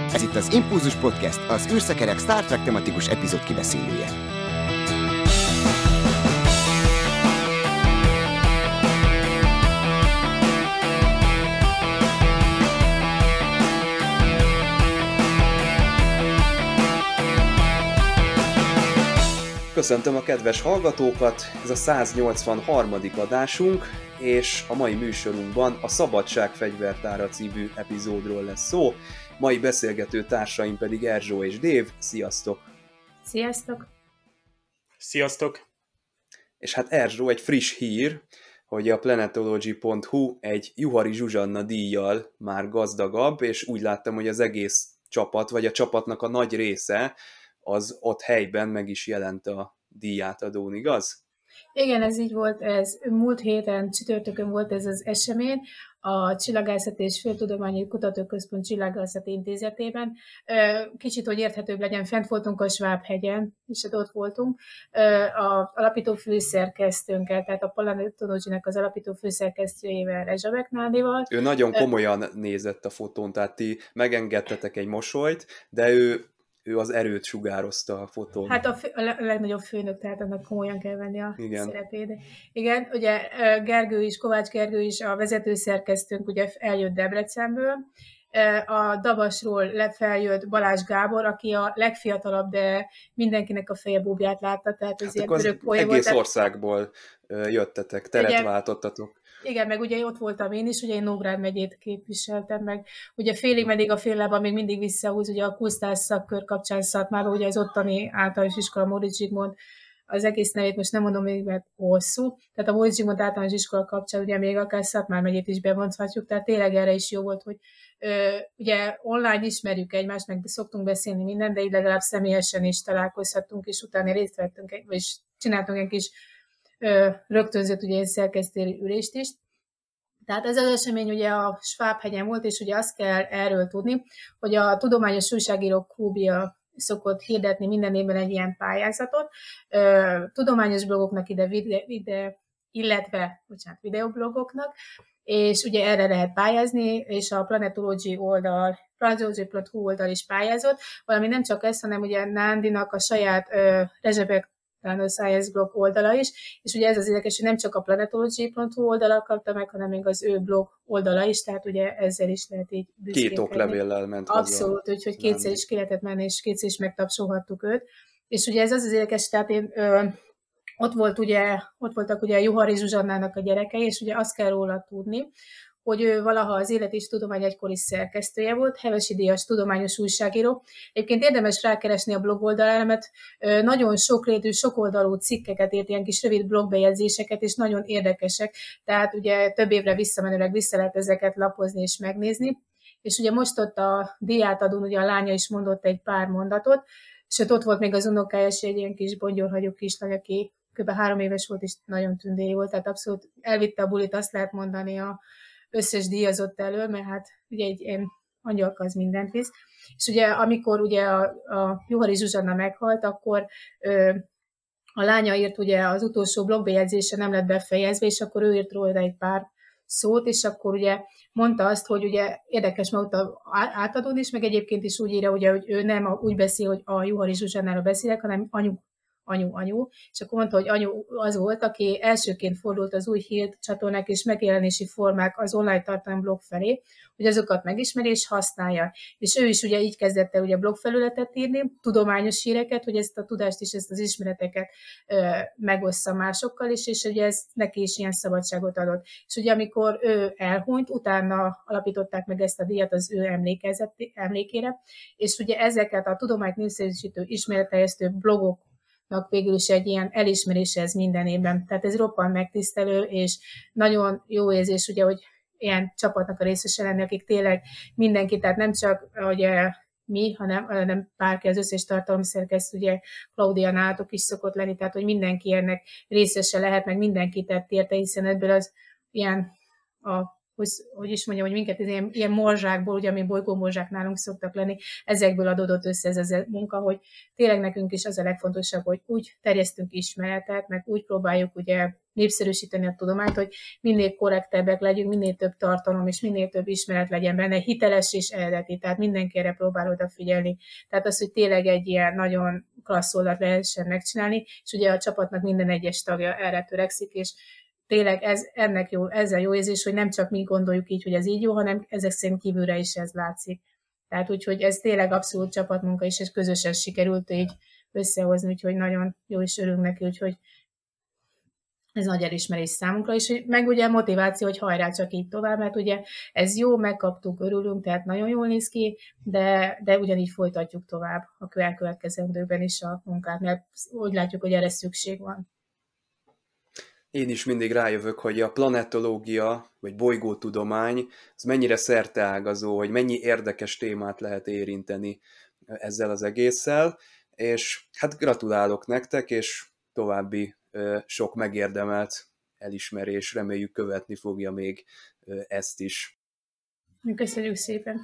Ez itt az Impulzus Podcast, az űrszekerek Star Trek tematikus epizód kibeszélője. Köszöntöm a kedves hallgatókat, ez a 183. adásunk, és a mai műsorunkban a Szabadság fegyvertára című epizódról lesz szó. Mai beszélgető társaim pedig Erzsó és Dév. Sziasztok! Sziasztok! Sziasztok! És hát Erzsó, egy friss hír, hogy a planetology.hu egy Juhari Zsuzsanna díjjal már gazdagabb, és úgy láttam, hogy az egész csapat, vagy a csapatnak a nagy része az ott helyben meg is jelent a díjátadón, igaz? Igen, ez így volt, ez múlt héten csütörtökön volt ez az esemény, a Csillagászat és Földtudományi Kutatóközpont Csillagászati Intézetében. Kicsit, hogy érthetőbb legyen, fent voltunk a Sváb-hegyen, és ott voltunk, az alapító főszerkesztőnkkel, tehát a Planetology-nek az alapító főszerkesztőjével, Rezsabek Nádival. Ő nagyon komolyan nézett a fotón, tehát ti megengedtetek egy mosolyt, de ő az erőt sugározta a fotón. Hát a legnagyobb főnök, tehát annak komolyan kell venni a szerepét. Igen, ugye Kovács Gergő is, a vezetőszerkesztőnk ugye eljött Debrecenből, a Dabasról feljött Balázs Gábor, aki a legfiatalabb, de mindenkinek a fejebúbját látta, tehát azért hát örök poén volt. Egész volt. országból jöttetek, teret ugye, váltottatok. Igen, meg ugye ott voltam én is, ugye én Nógrád megyét képviseltem, meg ugye félig meddig a fél lábam még mindig visszahúz, ugye a Kusztás szakkör kapcsán Szatmárban, ugye az ottani általános iskola Móricz Zsigmond, az egész nevét most nem mondom még, mert hosszú, tehát a Móricz Zsigmond általános iskola kapcsán ugye még akár Szatmár megyét is bevonhatjuk, tehát tényleg erre is jó volt, hogy ugye online ismerjük egymást, meg szoktunk beszélni minden, de így legalább személyesen is találkozhattunk, és utána részt vettünk, és csináltunk egy kis rögtönzött ugye egy szerkesztői ülést is. Tehát ez az esemény ugye a Sváb-hegyen volt, és ugye azt kell erről tudni, hogy a Tudományos Újságírók Klubja szokott hirdetni minden évben egy ilyen pályázatot. Tudományos blogoknak illetve videoblogoknak, és ugye erre lehet pályázni, és a Planetology oldal, planetology.hu oldal is pályázott, valami nem csak ez, hanem ugye Nándinak a saját Rezsebek a Science blog oldala is, és ugye ez az érdekes, hogy nem csak a planetology.hu oldala kapta meg, hanem még az ő blog oldala is, tehát ugye ezzel is lehet így büszkénkedni. 2 oklevéllel ment haza. Abszolút, úgyhogy kétszer is ki lehetett menni, és kétszer is megtapsolhattuk őt. És ugye ez az érdekes, tehát én ott voltak ugye a Juhari Zsuzsannának a gyerekei, és ugye azt kell róla tudni, hogy ő valaha az Élet és Tudomány egykori szerkesztője volt, Hevesi díjas tudományos újságíró. Egyébként érdemes rákeresni a blog oldalára, mert nagyon sokrétű, sokoldalú cikkeket írt, ilyen kis rövid blogbejegyzéseket, és nagyon érdekesek, tehát ugye több évre visszamenőleg vissza lehet ezeket lapozni és megnézni. És ugye most ott a díjátadón ugye a lánya is mondott egy pár mondatot, és ott volt még az unokája, egy ilyen kis bongyorhagyó kislány, aki kb. 3 éves volt, és nagyon tündéri volt, tehát abszolút elvitte a bulit, azt lehet mondani a összes díjazott elől, mert hát ugye egy ilyen angyalka az mindent visz. És ugye amikor ugye a Juhari Zsuzsanna meghalt, akkor a lánya írt ugye az utolsó blogbejegyzése nem lett befejezve, és akkor ő írt róla egy pár szót, és akkor ugye mondta azt, hogy ugye érdekes magta átadón is, meg egyébként is úgy írja, ugye, hogy ő nem úgy beszél, hogy a Juhari Zsuzsannáról beszélek, hanem anyu, és akkor mondta, hogy anyu az volt, aki elsőként fordult az új hírcsatornák és megjelenési formák az online tartalomblog felé, hogy azokat megismeri és használja. És ő is ugye így kezdett el ugye blogfelületet írni, tudományos híreket, hogy ezt a tudást és ezt az ismereteket megossza másokkal is, és ugye ez neki is ilyen szabadságot adott. És ugye amikor ő elhunyt, utána alapították meg ezt a díjat az ő emlékére, és ugye ezeket a tudományt népszerűsítő, ismeretterjesztő blogok végül is egy ilyen elismerése ez minden évben. Tehát ez roppant megtisztelő, és nagyon jó érzés, ugye, hogy ilyen csapatnak a részese lenni, akik tényleg mindenki, tehát nem csak ugye, mi, hanem bárki, az összes tartalomszerkesztő, ugye Claudia nálatok is szokott lenni, tehát hogy mindenki ennek részese lehet, meg mindenki tett érte, hiszen ebből az ilyen hogy is mondjam, hogy minket ilyen morzsákból, ugye, ami bolygómorzsák nálunk szoktak lenni, ezekből adódott össze ez a munka, hogy tényleg nekünk is az a legfontosabb, hogy úgy terjesztünk ismeretet, meg úgy próbáljuk ugye népszerűsíteni a tudományt, hogy minél korrektebbek legyünk, minél több tartalom és minél több ismeret legyen benne, hiteles és eredeti, tehát mindenki erre próbál odafigyelni. Tehát az, hogy tényleg egy ilyen nagyon klassz oldalt lehessen megcsinálni, és ugye a csapatnak minden egyes tagja erre törekszik, és tényleg ezzel jó érzés, hogy nem csak mi gondoljuk így, hogy ez így jó, hanem ezek szerint kívülre is ez látszik. Tehát úgyhogy ez tényleg abszolút csapatmunka is, és közösen sikerült így összehozni, úgyhogy nagyon jó is örülünk neki, úgyhogy ez nagy elismerés számunkra is, meg ugye motiváció, hogy hajrá, csak így tovább, mert ugye ez jó, megkaptuk, örülünk, tehát nagyon jól néz ki, de ugyanígy folytatjuk tovább a elkövetkezendőkben is a munkát, mert úgy látjuk, hogy erre szükség van. Én is mindig rájövök, hogy a planetológia, vagy bolygótudomány, az mennyire szerteágazó, hogy mennyi érdekes témát lehet érinteni ezzel az egésszel, és hát gratulálok nektek, és további sok megérdemelt elismerés, reméljük követni fogja még ezt is. Köszönjük szépen!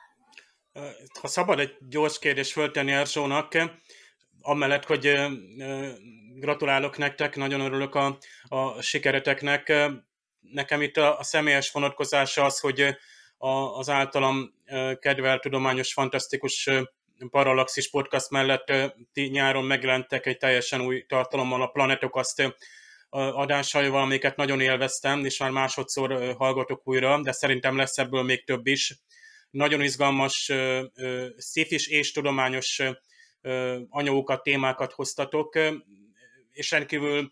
Ha szabad egy gyors kérdést föltenni Erzsónak, amellett, hogy gratulálok nektek, nagyon örülök a sikereteknek. Nekem itt a személyes vonatkozása az, hogy az általam kedvelt tudományos, fantasztikus Parallaxis podcast mellett nyáron megjelentek egy teljesen új tartalommal, a Planetokast adásaival, amiket nagyon élveztem, és már másodszor hallgatok újra, de szerintem lesz ebből még több is. Nagyon izgalmas sci-fi és tudományos anyagokat, témákat hoztatok, és rendkívül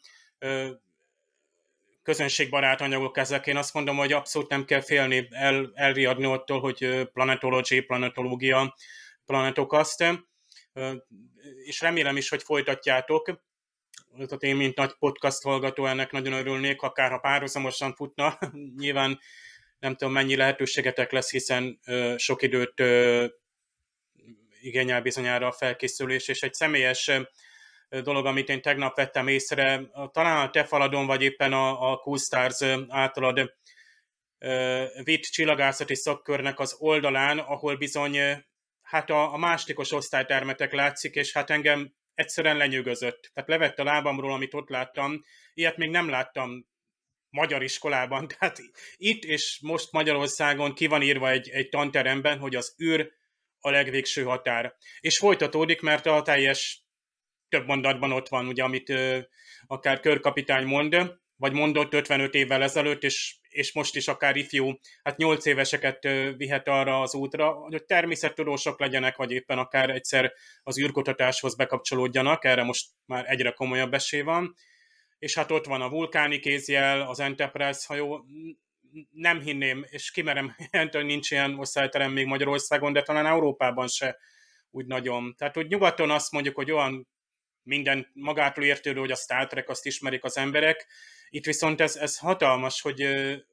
közönségbarát anyagok ezek. Én azt mondom, hogy abszolút nem kell félni, elriadni attól, hogy planetológia, Planetokast, és remélem is, hogy folytatjátok. Tehát én, mint nagy podcast hallgató, ennek nagyon örülnék, akár ha párhuzamosan futna. Nyilván nem tudom, mennyi lehetőségetek lesz, hiszen sok időt igényel bizonyára a felkészülés, és egy személyes dolog, amit én tegnap vettem észre, talán a te faladon, vagy éppen a Cool Stars általad vitt csillagászati szakkörnek az oldalán, ahol bizony hát a másodikos osztálytermetek látszik, és hát engem egyszerűen lenyűgözött. Tehát levett a lábamról, amit ott láttam. Ilyet még nem láttam magyar iskolában. Tehát itt és most Magyarországon ki van írva egy tanteremben, hogy az űr a legvégső határ. És folytatódik, mert a teljes több mondatban ott van, ugye, amit akár körkapitány mond, vagy mondott 55 évvel ezelőtt, és most is akár ifjú, hát 8 éveseket vihet arra az útra, hogy természettudósok legyenek, vagy éppen akár egyszer az űrkutatáshoz bekapcsolódjanak, erre most már egyre komolyabb esély van. És hát ott van a vulkáni kézjel, az Enterprise hajó, nem hinném, és kimerem jelenteni, hogy nincs ilyen osztályterem még Magyarországon, de talán Európában se úgy nagyon. Tehát, hogy nyugaton azt mondjuk, hogy olyan minden magától értődő, hogy a Star Trek, azt ismerik az emberek. Itt viszont ez hatalmas, hogy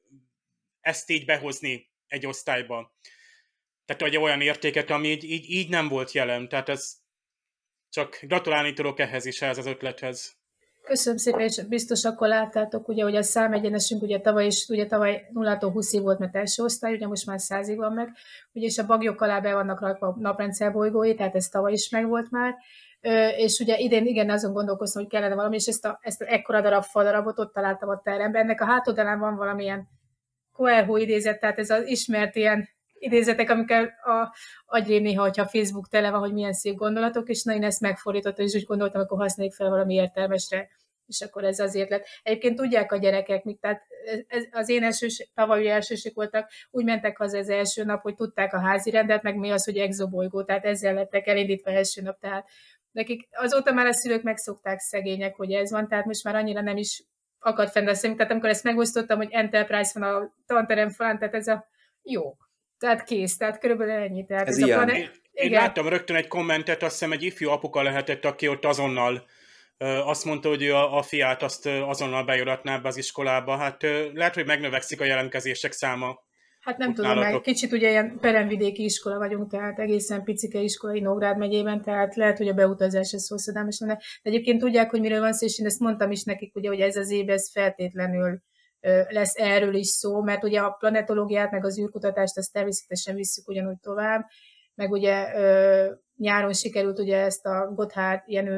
ezt így behozni egy osztályba. Tehát egy olyan értéket, ami így nem volt jelen. Tehát ez csak gratulálni tudok ehhez is, ehhez az ötlethez. Köszönöm szépen, és biztos akkor láttátok, ugye, hogy a számegyenesünk ugye tavaly 0-tól 20-ig volt, mert első osztály, ugye most már 100-ig van meg, ugye, és a bagyok alá be vannak rakva a naprendszer bolygói, tehát ez tavaly is megvolt már, és ugye idén igen, azon gondolkoztam, hogy kellene valami, és ezt a ekkora darab fadarabot ott találtam a teremben. Ennek a hátoldalán van valamilyen Coelho idézet, tehát ez az ismert ilyen idézetek, amikkel agyrém néha, hogyha a Facebook tele van, hogy milyen szép gondolatok, és na, én ezt megfordítottam, és úgy gondoltam, akkor használjuk fel valami értelmesre, és akkor ez azért lett. Egyébként tudják a gyerekek, tehát az én tavalyi elsősök voltak, úgy mentek haza az első nap, hogy tudták a házi rendet, meg mi az, hogy exobolygó, tehát ezzel lettek elindítva első nap, tehát nekik azóta már a szülők megszokták szegények, hogy ez van, tehát most már annyira nem is akad fenn a szemük, tehát amikor ezt megosztottam, hogy Enterprise van a tanterem falán, tehát ez a jó. Tehát kész, tehát körülbelül ennyi. Tehát ez ilyen. Én láttam rögtön egy kommentet, azt hiszem egy ifjú apuka lehetett, aki ott azonnal azt mondta, hogy a fiát azt azonnal bejutatná be az iskolába. Hát lehet, hogy megnövekszik a jelentkezések száma. Hát nem tudom, meg kicsit ugye ilyen peremvidéki iskola vagyunk, tehát egészen picike iskolai Nógrád megyében, tehát lehet, hogy a beutazás ez hosszadalmas lenne. De egyébként tudják, hogy miről van szó, és én ezt mondtam is nekik, ugye, hogy ez az év, ez feltétlenül lesz erről is szó, mert ugye a planetológiát, meg az űrkutatást, azt természetesen visszük ugyanúgy tovább, meg ugye nyáron sikerült ugye ezt a Gotthard Jenő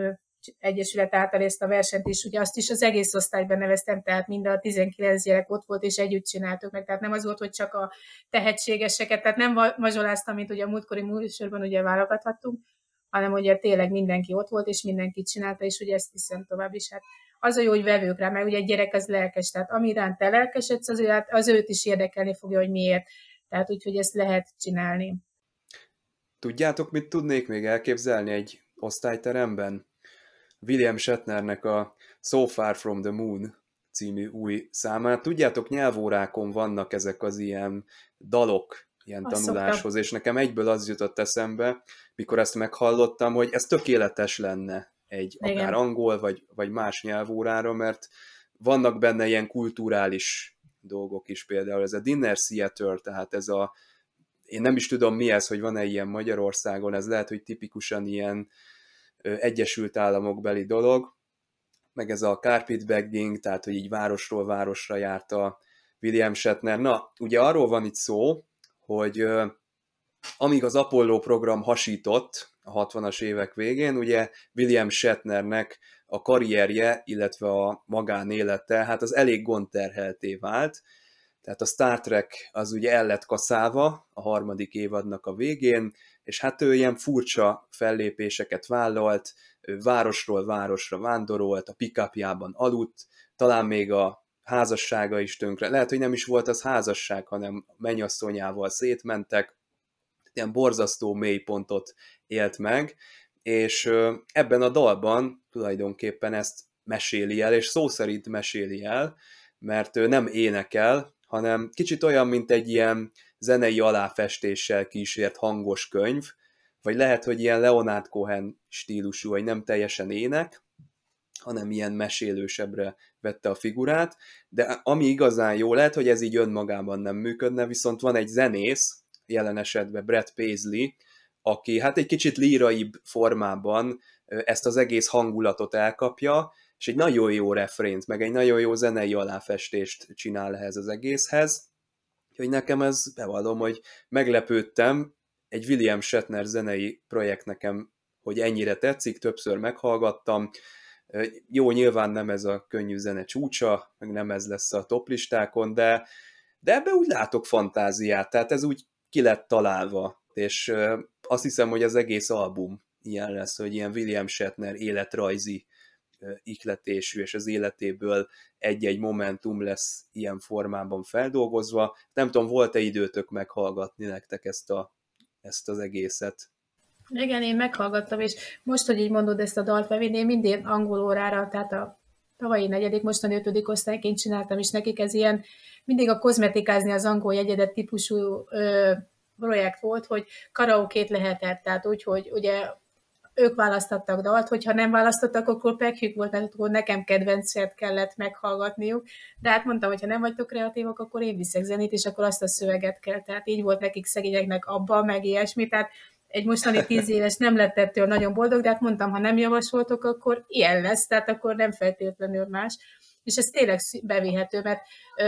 Egyesület által ezt a versenyt is, ugye azt is az egész osztályban neveztem, tehát mind a 19 gyerek ott volt, és együtt csináltuk meg, tehát nem az volt, hogy csak a tehetségeseket, tehát nem mazsoláztam, mint ugye a múltkori műsorban ugye válogathattunk, hanem ugye tényleg mindenki ott volt, és mindenki csinálta, és ugye ezt viszem tovább is. Hát az a jó, hogy vevők rá, mert ugye egy gyerek az lelkes, tehát ami iránt te lelkesedsz, az őt is érdekelni fogja, hogy miért. Tehát úgyhogy ezt lehet csinálni. Tudjátok, mit tudnék még elképzelni egy osztályteremben? William Shatnernek a So Far From The Moon című új számát. Tudjátok, nyelvórákon vannak ezek az ilyen dalok, ilyen Azt tanuláshoz, szoktam. és nekem egyből az jutott eszembe, mikor ezt meghallottam, hogy ez tökéletes lenne egy akár Igen. angol, vagy más nyelvórára, mert vannak benne ilyen kulturális dolgok is, például ez a Dinner Theater, tehát ez a, én nem is tudom mi ez, hogy van-e ilyen Magyarországon, ez lehet, hogy tipikusan ilyen Egyesült Államok beli dolog, meg ez a carpetbagging, tehát hogy így városról városra járt a William Shatner. Na, ugye arról van itt szó, hogy amíg az Apollo program hasított a 60-as évek végén, ugye William Shatnernek a karrierje, illetve a magánélete, hát az elég gondterhelté vált, tehát a Star Trek az ugye el lett kaszálva a harmadik évadnak a végén, és hát ő ilyen furcsa fellépéseket vállalt, ő városról városra vándorolt, a pick-upjában aludt, talán még a házassága is tönkre. Lehet, hogy nem is volt az házasság, hanem mennyasszonyával szétmentek, ilyen borzasztó mélypontot élt meg, és ebben a dalban tulajdonképpen ezt meséli el, és szó szerint meséli el, mert ő nem énekel, hanem kicsit olyan, mint egy ilyen zenei aláfestéssel kísért hangos könyv, vagy lehet, hogy ilyen Leonard Cohen stílusú, vagy nem teljesen ének, hanem ilyen mesélősebbre vette a figurát, de ami igazán jó, lehet, hogy ez így önmagában nem működne, viszont van egy zenész, jelen esetben Brad Paisley, aki hát egy kicsit líraibb formában ezt az egész hangulatot elkapja, és egy nagyon jó refrént, meg egy nagyon jó zenei aláfestést csinál ehhez az egészhez. Úgyhogy nekem ez, bevallom, hogy meglepődtem, egy William Shatner zenei projekt nekem, hogy ennyire tetszik, többször meghallgattam. Jó, nyilván nem ez a könnyű zene csúcsa, meg nem ez lesz a toplistákon, de ebbe úgy látok fantáziát, tehát ez úgy ki lett találva, és azt hiszem, hogy az egész album ilyen lesz, hogy ilyen William Shatner életrajzi ihletésű, és az életéből egy-egy momentum lesz ilyen formában feldolgozva. Nem tudom, volt-e időtök meghallgatni nektek ezt az egészet? Igen, én meghallgattam, és most, hogy így mondod ezt a dalt bevinni, én mindig angol órára, tehát a tavalyi negyedik, mostani 5. osztályként csináltam, és nekik ez ilyen, mindig a kozmetikázni az angol jegyedet típusú projekt volt, hogy karaokét lehetett, tehát úgy, hogy ugye ők választottak dalt, hogyha nem választottak, akkor pekjük volt, mert akkor nekem kedvencet kellett meghallgatniuk, de hát mondtam, hogy ha nem vagytok kreatívok, akkor én viszek zenét, és akkor azt a szöveget kell, tehát így volt nekik szegényeknek abban, meg ilyesmi, tehát egy mostani 10 éves nem lett ettől nagyon boldog, de hát mondtam, ha nem javasoltok, akkor ilyen lesz, tehát akkor nem feltétlenül más. És ez tényleg bevihető, mert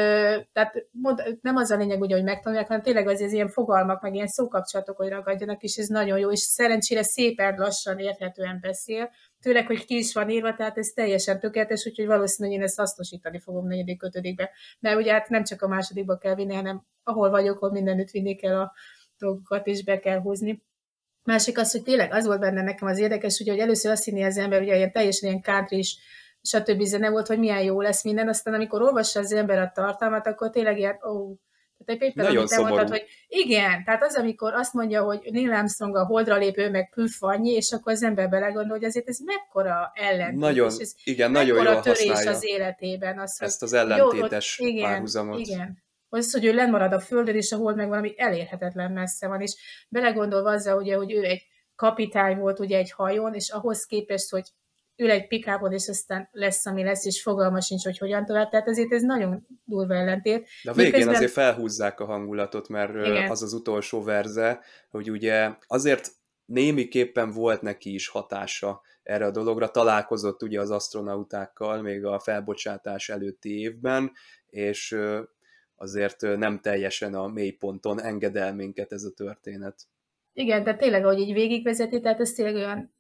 tehát nem az a lényeg, ugye, hogy megtanulják, hanem tényleg az ilyen fogalmak, meg ilyen szókapcsolatok, hogy ragadjanak, és ez nagyon jó, és szerencsére szépen lassan érthetően beszél, főleg, hogy ki is van írva, tehát ez teljesen tökéletes, úgyhogy valószínűleg én ezt hasznosítani fogom 4., 5. Mert ugye hát nem csak a másodikba kell vinni, hanem ahol vagyok, ahol mindenütt vinni kell a dolgokat, és be kell húzni. Másik az, hogy tényleg az volt benne nekem az érdekes, ugye, hogy először azt hinni az ember, ugye ilyen teljesen ilyen country stb. Zene volt, hogy milyen jó lesz minden, aztán amikor olvassa az ember a tartalmat, akkor tényleg ilyen, tehát éppen nagyon amit mondtad, hogy igen, tehát az, amikor azt mondja, hogy Neil Armstrong a holdra lépő, meg püff annyi, és akkor az ember belegondol, hogy azért ez mekkora ellentét, nagyon, és ez igen, nagyon mekkora jól törés használja az életében. Az, ezt az jó, ellentétes igen, párhuzamot. igen. Az, hogy ő lemarad a földön, és a hold meg valami elérhetetlen messze van, és belegondolva azzal, ugye, hogy ő egy kapitány volt ugye egy hajón, és ahhoz képest, hogy ül egy pikápon, és aztán lesz, ami lesz, és fogalma sincs, hogy hogyan tovább. Tehát ezért ez nagyon durva ellentét. De a végén miközben azért felhúzzák a hangulatot, mert igen. Az utolsó verze, hogy ugye azért némiképpen volt neki is hatása erre a dologra, találkozott ugye az asztronautákkal még a felbocsátás előtti évben, és azért nem teljesen a mélyponton engedel minket ez a történet. Igen, tehát tényleg, ahogy így végigvezeti, tehát ez tényleg olyan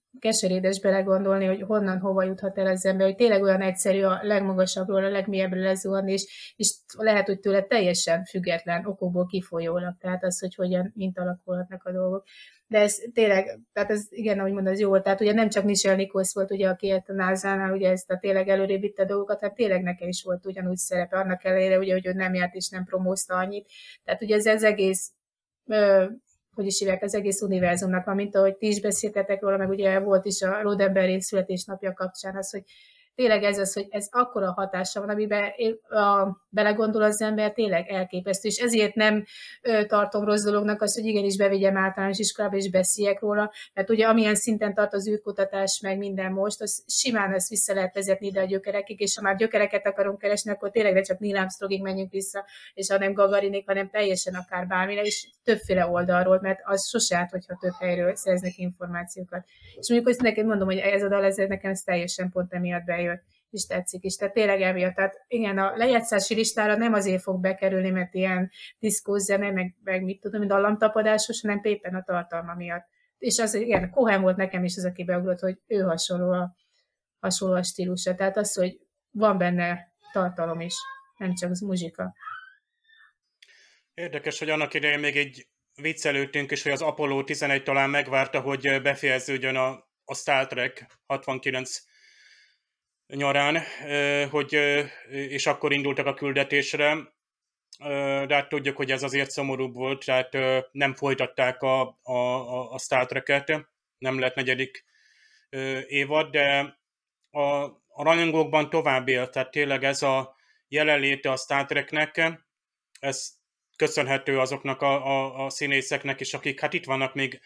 keserédes belegondolni, hogy honnan, hova juthat el az ember, hogy tényleg olyan egyszerű a legmagasabbról, a legmélyebbről lezuhanni, és lehet, hogy tőle teljesen független okokból kifolyólag, tehát az, hogy hogyan, mint alakulhatnak a dolgok. De ez tényleg, tehát ez igen, ahogy mondod, jó volt, tehát ugye nem csak Nichelle Nichols volt, ugye, aki a NASA-nál ugye ezt a tényleg előrébb vitte a dolgokat, hát tényleg nekem is volt ugyanúgy szerepe, annak ellenére, ugye, hogy ő nem járt és nem promózta annyit. Tehát ugye ez az egész hogy is hívják, az egész univerzumnak van, mint ahogy ti is beszéltetek róla, meg ugye volt is a Roddenberry születésnapja kapcsán az, hogy tényleg ez az, hogy ez akkora hatása van, amiben belegondol az ember, tényleg elképesztő, és ezért nem tartom rossz dolognak azt, hogy igenis bevigyem általános iskolába, és beszéljek róla, mert ugye amilyen szinten tart az űrkutatás, meg minden most, az simán ezt vissza lehet vezetni ide a gyökerekig, és ha már gyökereket akarunk keresni, akkor tényleg ne csak Neil Armstrongig menjünk vissza, és ha nem Gagarinig, hanem teljesen akár bármire, és többféle oldalról, mert az sose árt, hogyha több helyről szereznek információkat. És mondjuk, hogy neked mondom, hogy ez a dal, ez nekem ez teljesen pont emiatt bejött, és tetszik is. Tehát tényleg emiatt. Tehát igen, a lejátszási listára nem azért fog bekerülni, mert ilyen diszkós zene, meg mit tudom, dallamtapadásos, hanem éppen a tartalma miatt. És az, igen, Cohen volt nekem is az, aki beugrott, hogy ő hasonló a stílusa. Tehát az, hogy van benne tartalom is, nem csak az muzsika. Érdekes, hogy annak idején még egy viccelődtünk is, hogy az Apollo 11 talán megvárta, hogy befejeződjön a Star Trek 69 nyarán, és akkor indultak a küldetésre, de hát tudjuk, hogy ez azért szomorúbb volt, tehát nem folytatták a Star Trek-et, nem lett 4. évad, de a rajongókban tovább élt, tehát tényleg ez a jelenléte a Star Treknek, ez köszönhető azoknak a színészeknek is, akik hát itt vannak még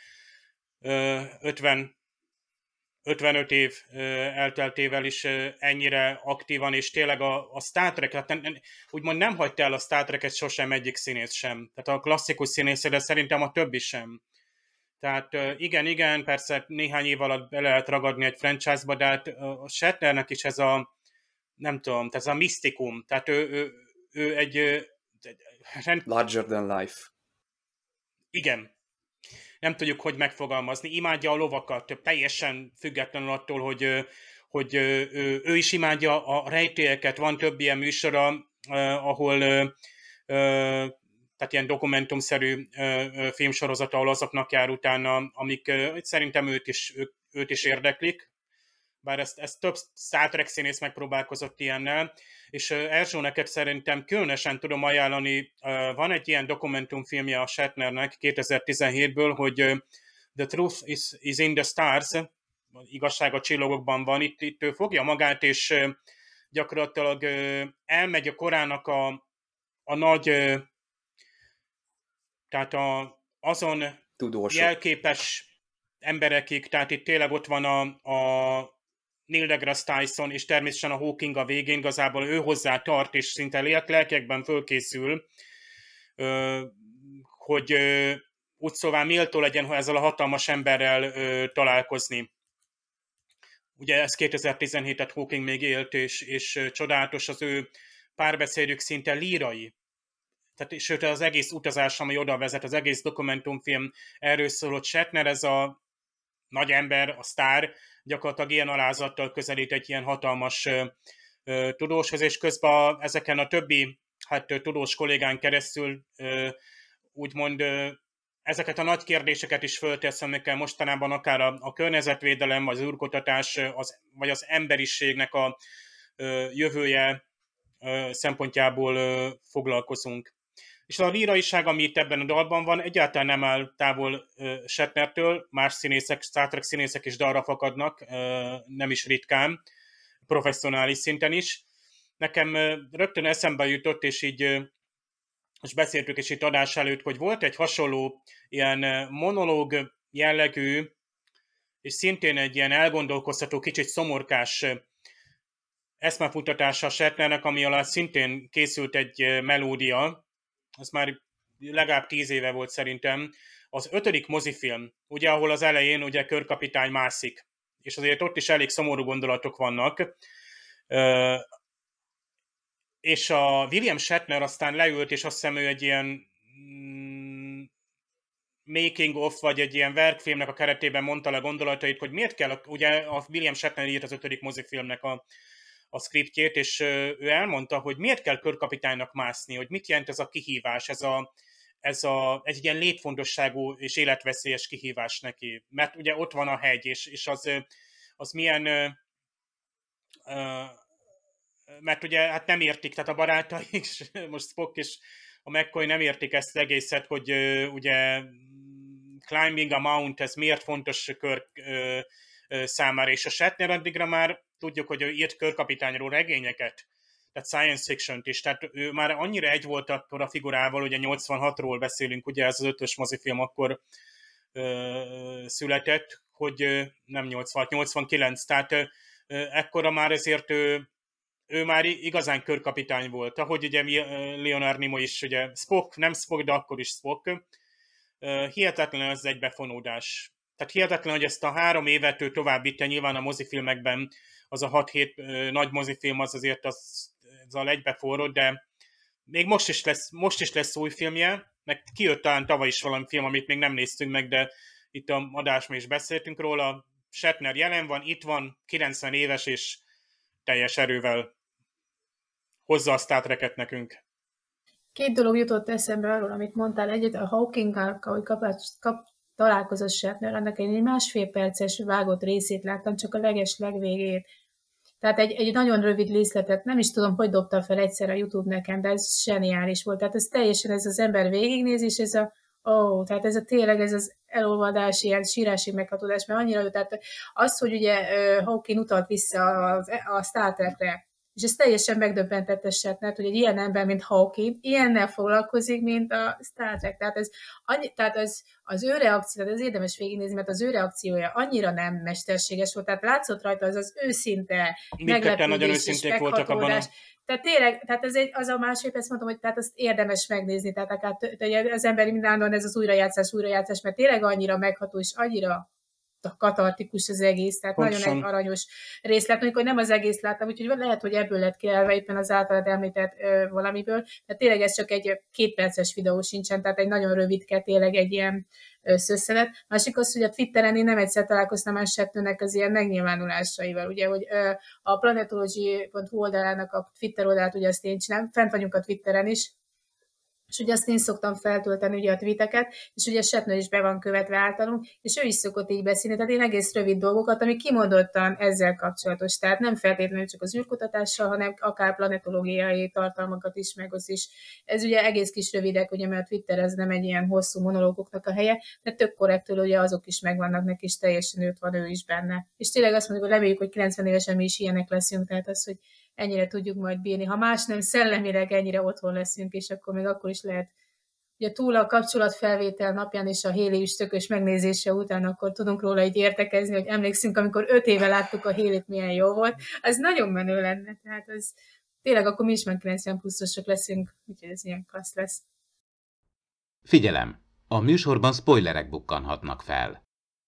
55 év elteltével is ennyire aktívan, és tényleg a Star Trek, hát úgymond nem hagyta el a Star Trek-et sosem egyik színész sem. Tehát a klasszikus színész, de szerintem a többi sem. Tehát igen, persze néhány év alatt be lehet ragadni egy franchise-ba, de hát a Shatnernek is ez a, nem tudom, ez a misztikum. Tehát ő egy larger than life. Igen. Nem tudjuk, hogy megfogalmazni. Imádja a lovakat, teljesen függetlenül attól, hogy ő is imádja a rejtélyeket. Van több ilyen műsora, ahol tehát ilyen dokumentumszerű filmsorozat, ahol azoknak jár utána, amik szerintem őt is érdeklik. Bár ezt több Star Trek színész megpróbálkozott ilyennel, és Erzsó, neked szerintem különösen tudom ajánlani, van egy ilyen dokumentumfilmje a Shatnernek 2017-ből, hogy The Truth is in the Stars, igazság a csillagokban van, itt ő fogja magát, és gyakorlatilag elmegy a korának a nagy, tehát azon tudósok, jelképes emberekig, tehát itt tényleg ott van a Neil deGrasse Tyson, és természetesen a Hawking a végén, igazából ő hozzá tart, és szinte lelkekben fölkészül, hogy úgy szóval méltó legyen, hogy ezzel a hatalmas emberrel találkozni. Ugye ez 2017-et Hawking még élt, és csodálatos az ő párbeszédük, szinte lírai. Tehát, sőt, az egész utazás, ami oda vezet, az egész dokumentumfilm erről szól, hogy Shatner, ez a nagy ember, a sztár, gyakorlatilag ilyen alázattal közelít egy ilyen hatalmas tudóshoz, és közben ezeken a többi tudós kollégán keresztül úgymond ezeket a nagy kérdéseket is föltesz, amikkel mostanában akár a környezetvédelem, az űrkutatás, vagy az emberiségnek a jövője szempontjából foglalkozunk. És a líraiság, ami itt ebben a dalban van, egyáltalán nem áll távol Shatnertől, más színészek, Star Trek színészek is dalra fakadnak, nem is ritkán, professzionális szinten is. Nekem rögtön eszembe jutott, és így most beszéltük is itt adás előtt, hogy volt egy hasonló ilyen monológ jellegű, és szintén egy ilyen elgondolkoztató, kicsit szomorkás eszmefutatása Shatnernek, ami alá szintén készült egy melódia, az már legalább 10 éve volt szerintem, az 5. mozifilm, ugye, ahol az elején ugye körkapitány mászik, és azért ott is elég szomorú gondolatok vannak, és a William Shatner aztán leült, és azt hiszem ő egy ilyen making of, vagy egy ilyen verkfilmnek a keretében mondta le gondolatait, hogy miért kell, ugye a William Shatner írt az 5. mozifilmnek a scriptjét, és ő elmondta, hogy miért kell körkapitánynak mászni, hogy mit jelent ez a kihívás, ez egy ilyen létfontosságú és életveszélyes kihívás neki. Mert ugye ott van a hegy, és az milyen... mert ugye hát nem értik, tehát a barátaik, most Spock és a McCoy nem értik ezt az egészet, hogy ugye climbing a mount, ez miért fontos Kirk számára, és a Shatner addigra már tudjuk, hogy ő írt körkapitányról regényeket, tehát science fiction-t is, tehát ő már annyira egy volt akkor a figurával, ugye 86-ról beszélünk, ugye ez az 5-ös mozifilm akkor született, hogy nem 86, 89, tehát ekkora már ezért ő már igazán körkapitány volt, ahogy ugye Leonard Nimoy is, ugye Spock, nem Spock, de akkor is Spock. Hihetetlen az egybefonódás. Tehát hihetetlen, hogy ezt a 3 évet ő tovább vitte, nyilván a mozifilmekben az a 6-7 nagy mozifilm az azért azzal egybeforrott, de még most is lesz új filmje, meg kijött talán tavaly is valami film, amit még nem néztünk meg, de itt a adásban is beszéltünk róla. Shatner jelen van, itt van, 90 éves, és teljes erővel hozza a Star Trek-et nekünk. 2 dolog jutott eszembe arról, amit mondtál. Egyet a Hawkinggal, ahogy találkozott Shatner, annak egy 1,5 perces vágott részét láttam, csak a legvégét. Tehát egy nagyon rövid részletet, nem is tudom, hogy dobta fel egyszer a YouTube nekem, de ez zseniális volt. Tehát ez teljesen ez az ember végignéz, és tehát ez tényleg ez az elolvadás, ilyen sírási meghatodás, mert annyira, tehát az, hogy ugye Hawking utalt vissza a Star Trekre, és ez teljesen megdöbbentette Shatnert, hogy egy ilyen ember, mint Hawking, ilyennel foglalkozik, mint a Star Trek. Tehát az ő reakció, tehát ez érdemes végignézni, mert az ő reakciója annyira nem mesterséges volt, tehát látszott rajta az őszinte meglepődés és meghatolódás. Tehát tényleg, tehát az a másik, ezt mondtam, hogy tehát azt érdemes megnézni, tehát akár az ember mindenállóan ez az újrajátszás, mert tényleg annyira megható, és annyira katartikus az egész, tehát pontosan. Nagyon egy aranyos részlet, mondjuk, hogy nem az egész láttam, úgyhogy lehet, hogy ebből lett kielve éppen az általad említett valamiből, tehát tényleg ez csak egy 2 perces videó sincsen, tehát egy nagyon rövidke, tényleg egy ilyen szösszenet. Másik az, hogy a Twitteren én nem egyszer találkoztam a Shatnernek az ilyen megnyilvánulásaival, ugye, hogy a planetology.hu oldalának a Twitter oldalát, ugye azt én csinálom, fent vagyunk a Twitteren is, és ugye azt én szoktam feltölteni ugye a tweeteket, és ugye Shatner is be van követve általunk, és ő is szokott így beszélni, tehát én egész rövid dolgokat, ami kimondottan ezzel kapcsolatos, tehát nem feltétlenül csak az űrkutatással, hanem akár planetológiai tartalmakat is, meg az is. Ez ugye egész kis rövidek, ugye, mert a Twitter ez nem egy ilyen hosszú monológoknak a helye, de tök korrektül ugye azok is megvannak neki, és teljesen őt van ő is benne. És tényleg azt mondjuk, hogy reméljük, hogy 90 évesen mi is ilyenek leszünk, tehát az, hogy ennyire tudjuk majd bírni. Ha más nem, szellemileg ennyire otthon leszünk, és akkor még akkor is lehet, ugye túl a kapcsolatfelvétel napján és a Haley üstökös megnézése után, akkor tudunk róla így értekezni, hogy emlékszünk, amikor 5 éve láttuk a Haleyt, milyen jó volt. Az nagyon menő lenne, tehát az tényleg akkor mi is már 90 pluszosok leszünk, úgyhogy ez ilyen klassz lesz. Figyelem! A műsorban spoilerek bukkanhatnak fel.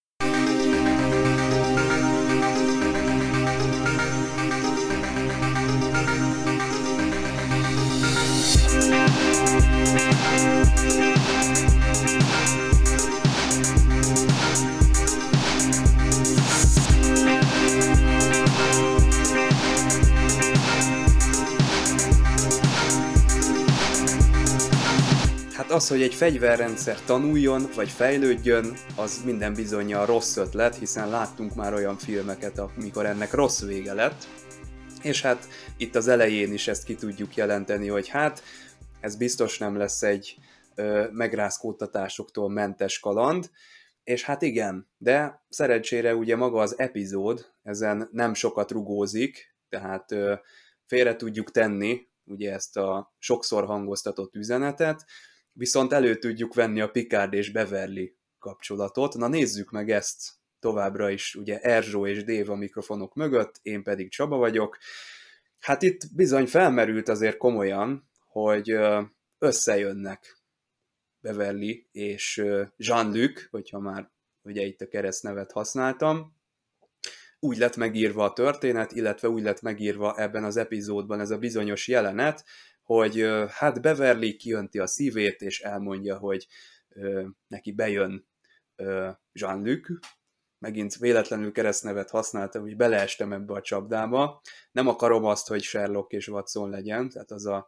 Hát az, hogy egy fegyverrendszer tanuljon, vagy fejlődjön, az minden bizonnyal rossz ötlet, hiszen láttunk már olyan filmeket, amikor ennek rossz vége lett. És hát itt az elején is ezt ki tudjuk jelenteni, hogy hát ez biztos nem lesz egy megrázkódtatásoktól mentes kaland, és hát igen, de szerencsére ugye maga az epizód ezen nem sokat rugózik, tehát félre tudjuk tenni ugye ezt a sokszor hangoztatott üzenetet, viszont elő tudjuk venni a Picard és Beverly kapcsolatot. Na nézzük meg ezt továbbra is, ugye Erzsó és Dave a mikrofonok mögött, én pedig Csaba vagyok. Hát itt bizony felmerült azért komolyan, hogy összejönnek Beverly és Jean-Luc, hogyha már ugye itt a keresztnevet használtam. Úgy lett megírva a történet, illetve úgy lett megírva ebben az epizódban ez a bizonyos jelenet, hogy hát Beverly kijönti a szívét, és elmondja, hogy neki bejön Jean-Luc, megint véletlenül keresztnevet használtam, hogy beleestem ebbe a csapdába. Nem akarom azt, hogy Sherlock és Watson legyen, tehát az a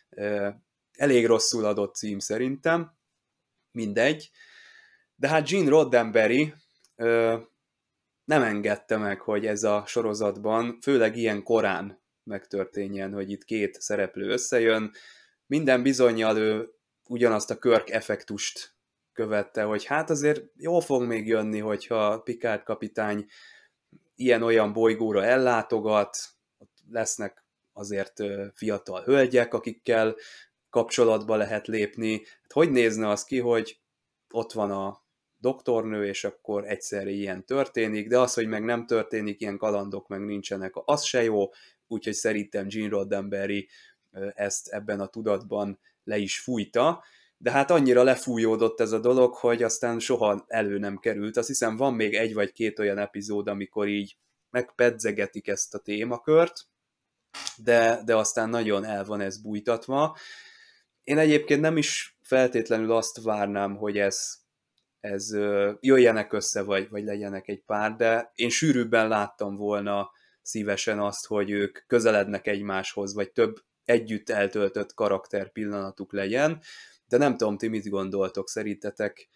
elég rosszul adott cím szerintem, mindegy. De hát Gene Roddenberry nem engedte meg, hogy ez a sorozatban, főleg ilyen korán megtörténjen, hogy itt két szereplő összejön. Minden bizonnyal ő ugyanazt a Kirk effektust követte, hogy hát azért jól fog még jönni, hogyha Picard kapitány ilyen-olyan bolygóra ellátogat, ott lesznek azért fiatal hölgyek, akikkel kapcsolatba lehet lépni. Hát hogy nézne az ki, hogy ott van a doktornő, és akkor egyszerre ilyen történik, de az, hogy meg nem történik, ilyen kalandok meg nincsenek, az se jó, úgyhogy szerintem Gene Roddenberry ezt ebben a tudatban le is fújta, de hát annyira lefújódott ez a dolog, hogy aztán soha elő nem került. Azt hiszem van még egy vagy két olyan epizód, amikor így megpedzegetik ezt a témakört, de aztán nagyon el van ez bújtatva. Én egyébként nem is feltétlenül azt várnám, hogy ez jöjjenek össze, vagy legyenek egy pár, de én sűrűbben láttam volna szívesen azt, hogy ők közelednek egymáshoz, vagy több együtt eltöltött karakter pillanatuk legyen, de nem tudom, ti mit gondoltok, szerintetek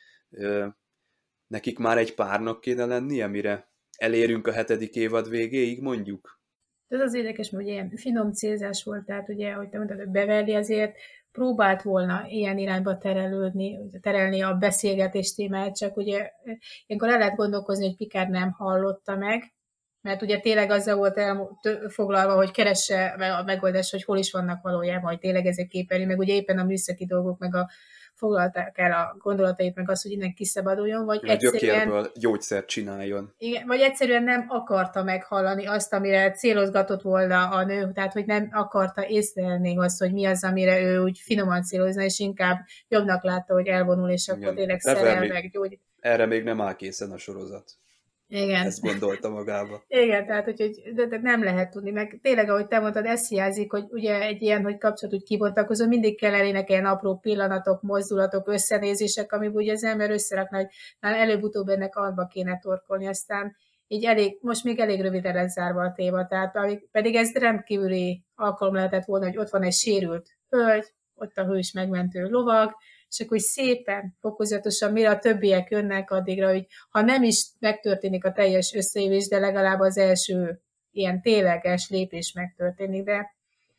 nekik már egy párnak kéne lennie, mire elérünk a 7. évad végéig, mondjuk? Ez az érdekes, mert ugye ilyen finom célzás volt, tehát ugye, ahogy te mondtad, hogy Beverly azért próbált volna ilyen irányba terelni a beszélgetés témát, csak ugye ilyenkor el lehet gondolkozni, hogy Picard nem hallotta meg, mert ugye tényleg azzal volt foglalva, hogy keresse a megoldást, hogy hol is vannak valójában, hogy tényleg ezek képernyő, meg ugye éppen a műszaki dolgok, meg foglalták el a gondolatait, meg azt, hogy innen kiszabaduljon, vagy egyszerűen... gyökérből gyógyszert csináljon. Igen, vagy egyszerűen nem akarta meghallani azt, amire célozgatott volna a nő, tehát hogy nem akarta észlelni azt, hogy mi az, amire ő úgy finoman célozna, és inkább jobbnak látta, hogy elvonul, és akkor tényleg szerel meg gyógy. Erre még nem áll készen a sorozat. Igen. Ezt gondolta magába. Igen, tehát hogy de nem lehet tudni, meg tényleg, ahogy te mondtad, ez hiányzik, hogy ugye egy ilyen, hogy kapcsolat úgy kibontakozó, mindig kellenének ilyen apró pillanatok, mozdulatok, összenézések, amiben ugye az ember összerakna, hogy előbb-utóbb ennek alba kéne torkolni, aztán így most még elég röviden lesz zárva a téma, tehát pedig ez rendkívüli alkalom lehetett volna, hogy ott van egy sérült hölgy, ott a hős megmentő lovag, és akkor szépen, fokozatosan, mire a többiek jönnek addigra, hogy ha nem is megtörténik a teljes összeévés, de legalább az első ilyen tényleges lépés megtörténik, de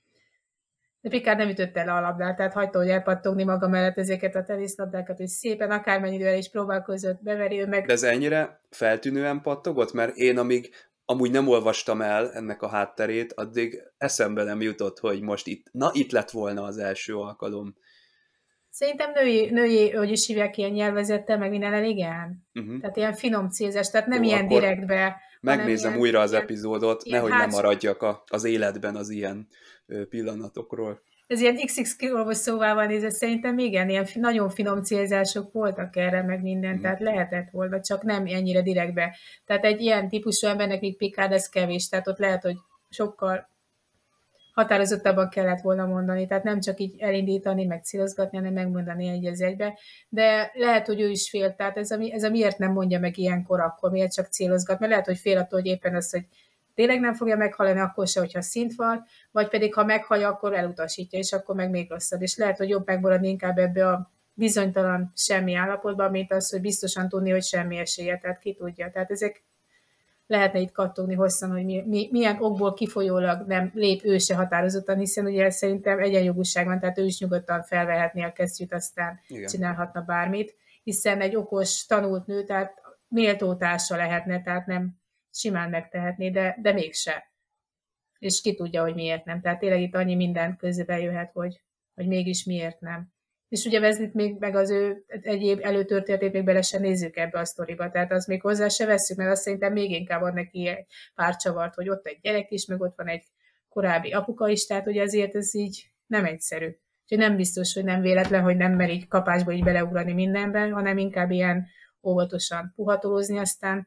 Picard nem ütötte le a labdát, tehát hagyta, hogy elpattogni maga mellett ezeket a teniszlabdákat, hogy szépen akármennyivel is próbálkozott beveri, ő meg... De ez ennyire feltűnően pattogott? Mert én amúgy nem olvastam el ennek a hátterét, addig eszembe nem jutott, hogy most itt lett volna az első alkalom. Szerintem női, hogy is hívják, ilyen nyelvezettel, meg minden igen. Tehát ilyen finom célzás, tehát nem ilyen direktbe. Megnézem újra az epizódot, nehogy nem maradjak az életben az ilyen pillanatokról. Ez ilyen XX kilóvos szóval van nézve, szerintem igen, ilyen nagyon finom célzások voltak erre, meg minden, tehát lehetett volna, csak nem ennyire direktbe. Tehát egy ilyen típusú embernek, mint Picard, ez kevés, tehát ott lehet, hogy sokkal határozottabban kellett volna mondani, tehát nem csak így elindítani, meg célozgatni, hanem megmondani egy az egybe, de lehet, hogy ő is fél, tehát ez a miért nem mondja meg ilyenkor, akkor miért csak célozgat, mert lehet, hogy fél attól, hogy éppen az, hogy tényleg nem fogja meghallani, akkor se, hogyha szint van, vagy pedig ha meghallja, akkor elutasítja, és akkor meg még rosszabb, és lehet, hogy jobb megmaradni inkább ebbe a bizonytalan semmi állapotban, mint az, hogy biztosan tudni, hogy semmi esélye, tehát ki tudja, tehát ezek lehetne itt kattogni hosszan, hogy milyen okból kifolyólag nem lép ő se határozottan, hiszen ugye szerintem egyenjogúság van, tehát ő is nyugodtan felvehetné a kesztyűt, aztán csinálhatna bármit, hiszen egy okos, tanult nő, tehát méltó társa lehetne, tehát nem simán megtehetné, de mégse. És ki tudja, hogy miért nem. Tehát tényleg itt annyi minden közbe jöhet, hogy mégis miért nem. És ugye Wesleyt még meg az ő egyéb előtörténetét még bele sem nézzük ebbe a sztoriba, tehát azt még hozzá se vesszük, mert azt szerintem még inkább ad neki egy pár csavart, hogy ott egy gyerek is, meg ott van egy korábbi apuka is, tehát ugye azért ez így nem egyszerű. Úgyhogy nem biztos, hogy nem véletlen, hogy nem mer így kapásba így beleugrani mindenben, hanem inkább ilyen óvatosan puhatolózni, aztán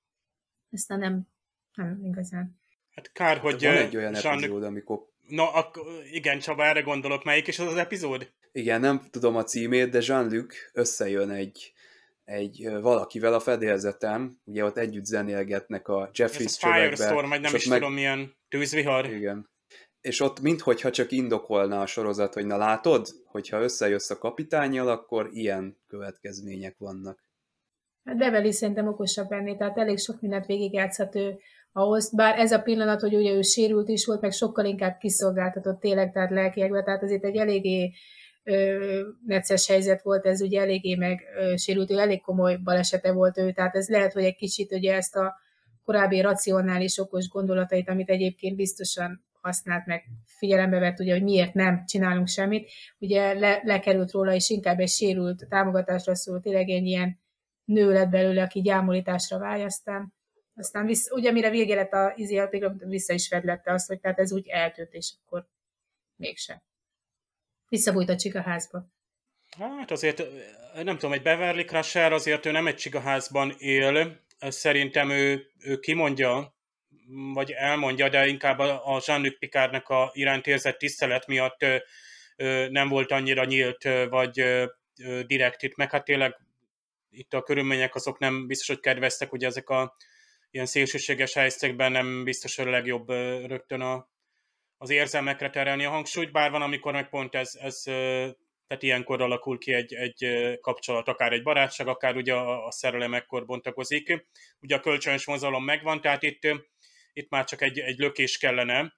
nem igazán. Hát kár, hogy... Van egy olyan epizód, amikor... No, igen, Csaba, erre gondolok. Melyik is az epizód? Igen, nem tudom a címét, de Jean-Luc összejön egy valakivel a fedélzetem, ugye ott együtt zenélgetnek a Ez Jeffries a csövekbe, Firestorm, vagy és nem ott is tudom, milyen tűzvihar. igen. És ott minthogyha csak indokolna a sorozat, hogy na látod, hogyha összejössz a kapitánnyal, akkor ilyen következmények vannak. Hát Beverly szerintem okosabb ennél, tehát elég sok mindent végigjátszhat ő ahhoz, bár ez a pillanat, hogy ugye ő sérült is volt, meg sokkal inkább kiszolgáltatott tényleg, tehát lelkiekben, tehát azért egy eléggé necces helyzet volt ez, ugye eléggé megsérült, ő elég komoly balesete volt ő, tehát ez lehet, hogy egy kicsit ugye ezt a korábbi racionális, okos gondolatait, amit egyébként biztosan használt meg, figyelembe vett, ugye, hogy miért nem csinálunk semmit, ugye lekerült róla, és inkább egy sérült támogatásra szól, tényleg egy ilyen nő lett belőle, aki gyámolításra vágy, aztán ugye mire vége lett a vissza is fedlette azt, hogy tehát ez úgy eltűnt, és akkor mégsem. Visszabújt a csigaházba. Hát azért, nem tudom, egy Beverly Crusher azért ő nem egy csigaházban él, szerintem ő kimondja, vagy elmondja, de inkább a Jean-Luc Picardnak a iránt érzett tisztelet miatt nem volt annyira nyílt, vagy direkt itt, meg hát tényleg itt a körülmények azok nem biztos, hogy kedveztek, ugye ezek a ilyen szélsőséges helyzetekben nem biztos, hogy a legjobb rögtön az érzelmekre terelni a hangsúlyt, bár van, amikor meg pont ez tehát ilyenkor alakul ki egy kapcsolat, akár egy barátság, akár ugye a szerelem ekkor bontakozik. Ugye a kölcsönös mozgalom megvan, tehát itt már csak egy lökés kellene.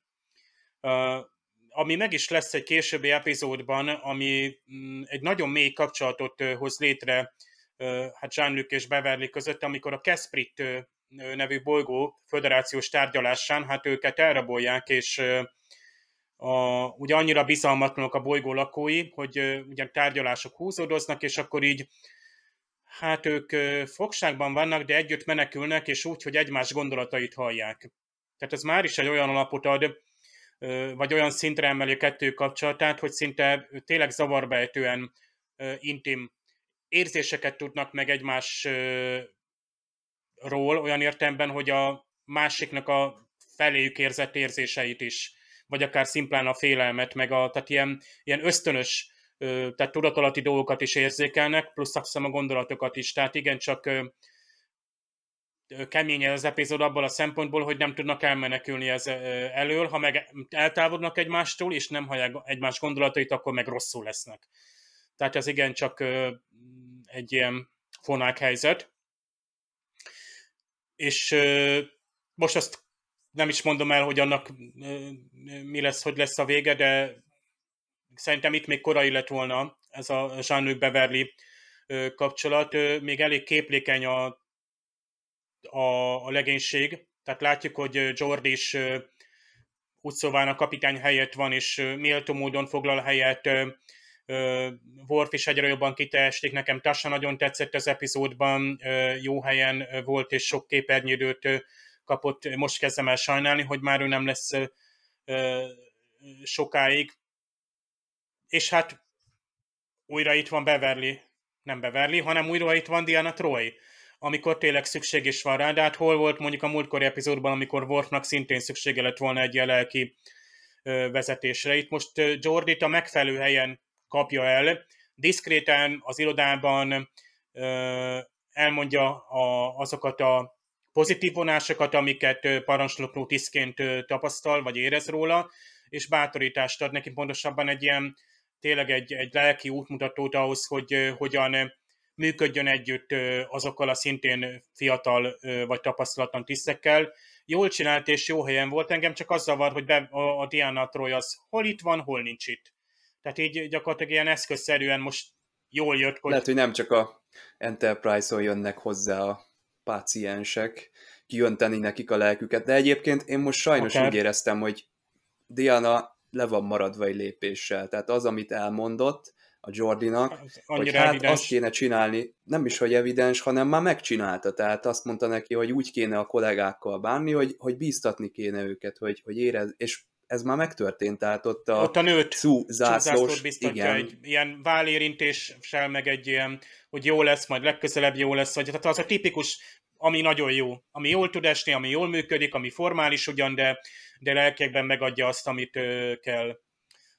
Ami meg is lesz egy későbbi epizódban, ami egy nagyon mély kapcsolatot hoz létre hát Jean-Luc és Beverly között, amikor a Kesprit nevű bolygó föderációs tárgyalásán, hát őket elrabolják, és ugye annyira bizalmatlanok a bolygó lakói, hogy ugye tárgyalások húzódoznak, és akkor így hát ők fogságban vannak, de együtt menekülnek, és úgy, hogy egymás gondolatait hallják. Tehát ez már is egy olyan alapot ad, vagy olyan szintre emeli a kettő kapcsolatát, hogy szinte tényleg zavarbejtően intim érzéseket tudnak meg egymásról, olyan értelemben, hogy a másiknak a feléjük érzett érzéseit is, vagy akár szimplán a félelmet, meg tehát ilyen ösztönös, tehát tudatalatti dolgokat is érzékelnek, plusz azt hiszem a gondolatokat is. Tehát igencsak kemény az epizód abból a szempontból, hogy nem tudnak elmenekülni ez elől, ha meg eltávolodnak egymástól, és nem hallják egymás gondolatait, akkor meg rosszul lesznek. Tehát ez igencsak egy ilyen fonák helyzet. És most azt nem is mondom el, hogy annak mi lesz, hogy lesz a vége, de szerintem itt még korai lett volna ez a Jean-Luc Beverly kapcsolat. Még elég képlékeny a legénység. Tehát látjuk, hogy Geordi is úgy szóval a kapitány helyett van, és méltó módon foglal helyet. Worf is egyre jobban kiteljesítik. Nekem Tasha nagyon tetszett az epizódban, jó helyen volt, és sok képernyőidőt kapott. Most kezdem el sajnálni, hogy már ő nem lesz sokáig. És hát újra itt van Beverly, nem Beverly, hanem újra itt van Deanna Troi, amikor tényleg szükség is van rá, de hát hol volt mondjuk a múltkori epizódban, amikor Worfnak szintén szüksége lett volna egy ilyen lelki vezetésre. Itt most Geordie-t a megfelelő helyen kapja el, diszkréten az irodában elmondja azokat a pozitív vonásokat, amiket parancsnoknó tisztként tapasztal, vagy érez róla, és bátorítást ad neki, pontosabban egy ilyen tényleg egy lelki útmutatót ahhoz, hogy hogyan működjön együtt azokkal a szintén fiatal vagy tapasztalatlan tisztekkel. Jól csinált és jó helyen volt, engem csak az zavar, hogy a Deanna Troi az hol itt van, hol nincs itt. Tehát így gyakorlatilag ilyen eszközszerűen most jól jött. Hogy... Lehet, hogy nem csak a Enterprise-on jönnek hozzá a páciensek, kijönteni nekik a lelküket, de egyébként én most sajnos úgy éreztem, hogy Diana le van maradva egy lépéssel. Tehát az, amit elmondott a Geordinak, hogy hát evidens. Azt kéne csinálni, nem is, hogy evidens, hanem már megcsinálta. Tehát azt mondta neki, hogy úgy kéne a kollégákkal bánni, hogy bíztatni kéne őket, hogy érez, és ez már megtörtént, tehát ott a nőt zászlós, biztatja egy ilyen válérintéssel, meg egy ilyen, hogy jó lesz, majd legközelebb jó lesz, vagy tehát az a tipikus, ami nagyon jó, ami jól tud esni, ami jól működik, ami formális ugyan, de lelkekben megadja azt, amit kell.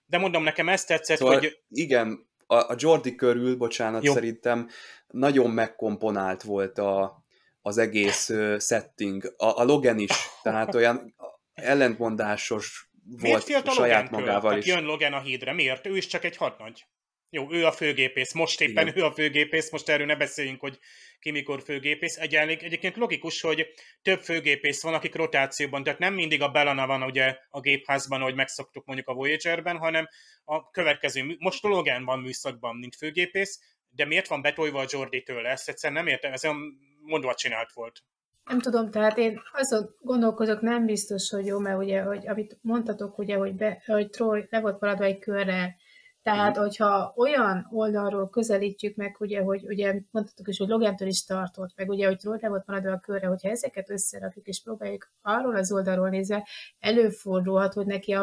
De mondom, nekem ezt tetszett, Szóval hogy... igen, a Jordi körül, bocsánat, Jó. szerintem nagyon megkomponált volt az egész setting. A Logan is, tehát olyan ellentmondásos Miért volt félt a saját Logantől? magával Tehát is. jön Logan a hídre. Miért? Ő is csak egy hadnagy. Jó, ő a főgépész. Most éppen Igen. ő a főgépész, most erről ne beszéljünk, hogy ki mikor főgépész. Egyébként logikus, hogy több főgépész van, akik rotációban, tehát nem mindig a B'Elanna van ugye a gépházban, ahogy megszoktuk mondjuk a Voyagerben, hanem a következő, most a Logan van műszakban, mint főgépész, de miért van betolva a Geordi tőle? Ezt egyszerűen nem értem, ez olyan mondva csinált volt. Nem tudom, tehát én azon gondolkozok, nem biztos, hogy jó, mert ugye, hogy amit mondtatok, ugye, hogy Troy le volt maradva egy körrel. Tehát, hogyha olyan oldalról közelítjük meg, ugye, hogy ugye mondtatok is, hogy Logantől is tartott, meg ugye, hogy Troy le volt maradva a körre, hogyha ezeket összerakjuk és próbáljuk arról az oldalról nézve, előfordulhat, hogy neki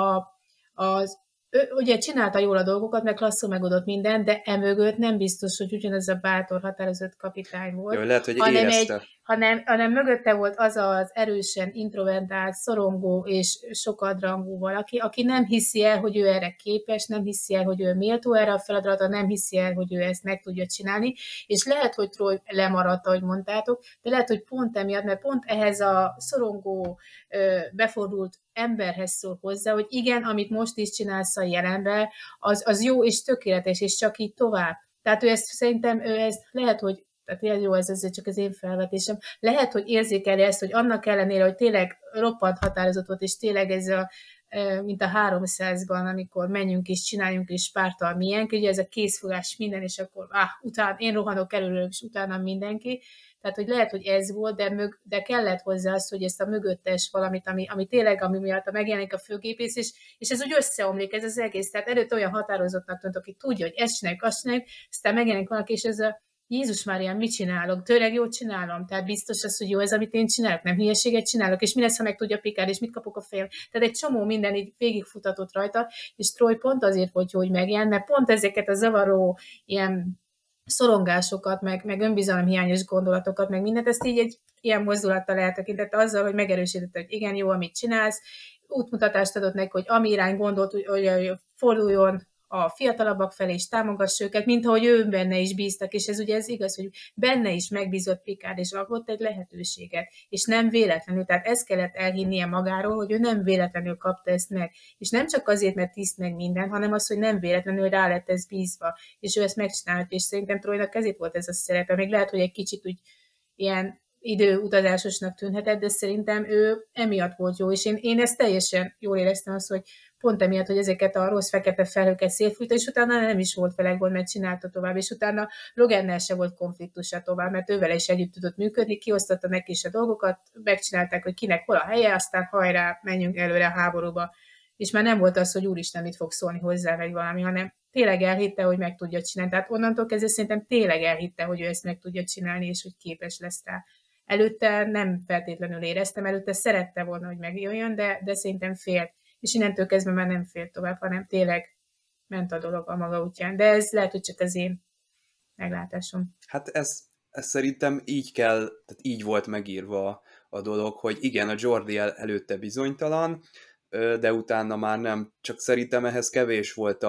ugye csinálta jól a dolgokat, meg klasszul megoldott minden, de emögött nem biztos, hogy ugyanez a bátor, határozott kapitány volt. Jó, lehet, hogy hanem érezte. hanem mögötte volt az az erősen introvertált, szorongó és sokadrangú valaki, aki nem hiszi el, hogy ő erre képes, nem hiszi el, hogy ő méltó erre a feladatra, nem hiszi el, hogy ő ezt meg tudja csinálni, és lehet, hogy Troy lemaradt, ahogy mondtátok, de lehet, hogy pont emiatt, mert pont ehhez a szorongó, befordult emberhez szól hozzá, hogy igen, amit most is csinálsz a jelenben, az jó és tökéletes, és csak így tovább. Tehát szerintem ő ezt lehet, hogy tehát jó, ez csak az én felvetésem. Lehet, hogy érzékeli ezt, hogy annak ellenére, hogy tényleg roppant határozott volt, és tényleg ez mint a 300-ban, amikor menjünk és csináljunk és pártal milyenki, ugye ez a készfogás minden, és akkor utána én rohanok előről, és utána mindenki. Tehát, hogy lehet, hogy ez volt, de kellett hozzá az, hogy ezt a mögöttes valamit, ami tényleg, ami miatt megjelenik a főgépész, és ez úgy összeomlik, ez az egész. Tehát előtt olyan határozottnak tűnt, aki tudja, hogy ezt csináljuk, azt csináljuk, aztán megjelenik valaki, és ez a Jézus Mária, mit csinálok? Tényleg jót csinálom? Tehát biztos az, hogy jó ez, amit én csinálok? Nem hülyeséget csinálok? És mi lesz, ha meg tudja Picard, és mit kapok a fejem? Tehát egy csomó minden így végigfutatott rajta, és Troy pont azért volt jó, hogy megjelent, mert pont ezeket a zavaró ilyen szorongásokat, meg önbizalomhiányos gondolatokat, meg mindent, ezt így egy ilyen mozdulattal eltekintette azzal, hogy megerősítette, hogy igen, jó, amit csinálsz, útmutatást adott neki, hogy ami irány gondolt, hogy forduljon a fiatalabbak felé, és támogassa őket, mint ahogy ő benne is bíztak, és ez ugye ez igaz, hogy benne is megbízott Picard, és adott egy lehetőséget, és nem véletlenül, tehát ezt kellett elhinnie magáról, hogy ő nem véletlenül kapta ezt meg, és nem csak azért, mert tiszt meg minden, hanem az, hogy nem véletlenül rá lett ez bízva, és ő ezt megcsinálta, és szerintem Troynak ezért volt ez a szerepe, még lehet, hogy egy kicsit úgy ilyen időutazásosnak tűnhetett, de szerintem ő emiatt volt jó, és én ezt teljesen jól éreztem azt, hogy pont emiatt, hogy ezeket a rossz fekete felhőket szétfújta, és utána nem is volt vele gond, mert csinálta tovább, és utána Logannel se volt konfliktusa tovább, mert ővel is együtt tudott működni, kiosztotta neki is a dolgokat, megcsinálták, hogy kinek hol a helye, aztán hajrá, menjünk előre a háborúba. És már nem volt az, hogy úristen, mit fog szólni hozzá, vagy valami, hanem tényleg elhitte, hogy meg tudja csinálni. Tehát onnantól kezdve szerintem tényleg elhitte, hogy ő ezt meg tudja csinálni, és hogy képes lesz rá. Előtte nem feltétlenül éreztem, előtte szerette volna, hogy megjöjjön, de szerintem félt. És innentől kezdve már nem félt tovább, hanem tényleg ment a dolog a maga útján. De ez lehet, hogy csak az én meglátásom. Hát ez szerintem így kell, tehát így volt megírva a dolog, hogy igen, a Geordi előtte bizonytalan, de utána már nem. Csak szerintem ehhez kevés volt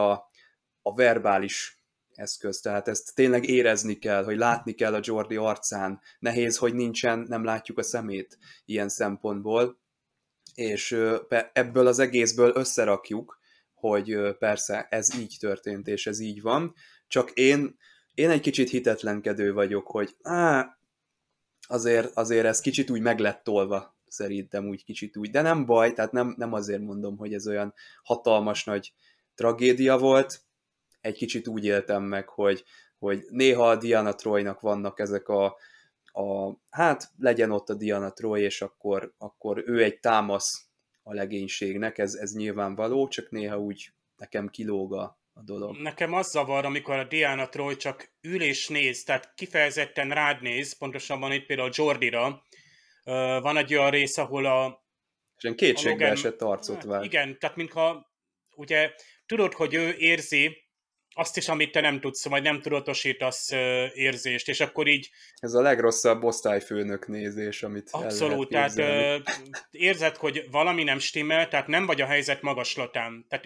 a verbális eszköz, tehát ezt tényleg érezni kell, hogy látni kell a Geordi arcán. Nehéz, hogy nem látjuk a szemét ilyen szempontból, és ebből az egészből összerakjuk, hogy persze ez így történt, és ez így van, csak én egy kicsit hitetlenkedő vagyok, hogy azért ez kicsit úgy meg lett tolva, szerintem úgy kicsit úgy, de nem baj, tehát nem azért mondom, hogy ez olyan hatalmas nagy tragédia volt, egy kicsit úgy éltem meg, hogy néha a Deanna Troynak vannak ezek hát legyen ott a Deanna Troy, és akkor ő egy támasz a legénységnek, ez nyilvánvaló, csak néha úgy nekem kilóg a dolog. Nekem az zavar, amikor a Deanna Troy csak ül és néz, tehát kifejezetten rád néz, pontosabban itt például Geordie-ra. Van egy olyan rész, ahol és ilyen kétségbe esett arcot vált. Igen, tehát mintha ugye tudod, hogy ő érzi azt is, amit te nem tudsz, vagy nem tudatosítasz érzést, és akkor így... Ez a legrosszabb osztályfőnök nézés, amit abszolút, tehát érzed, hogy valami nem stimmel, tehát nem vagy a helyzet magaslatán. Tehát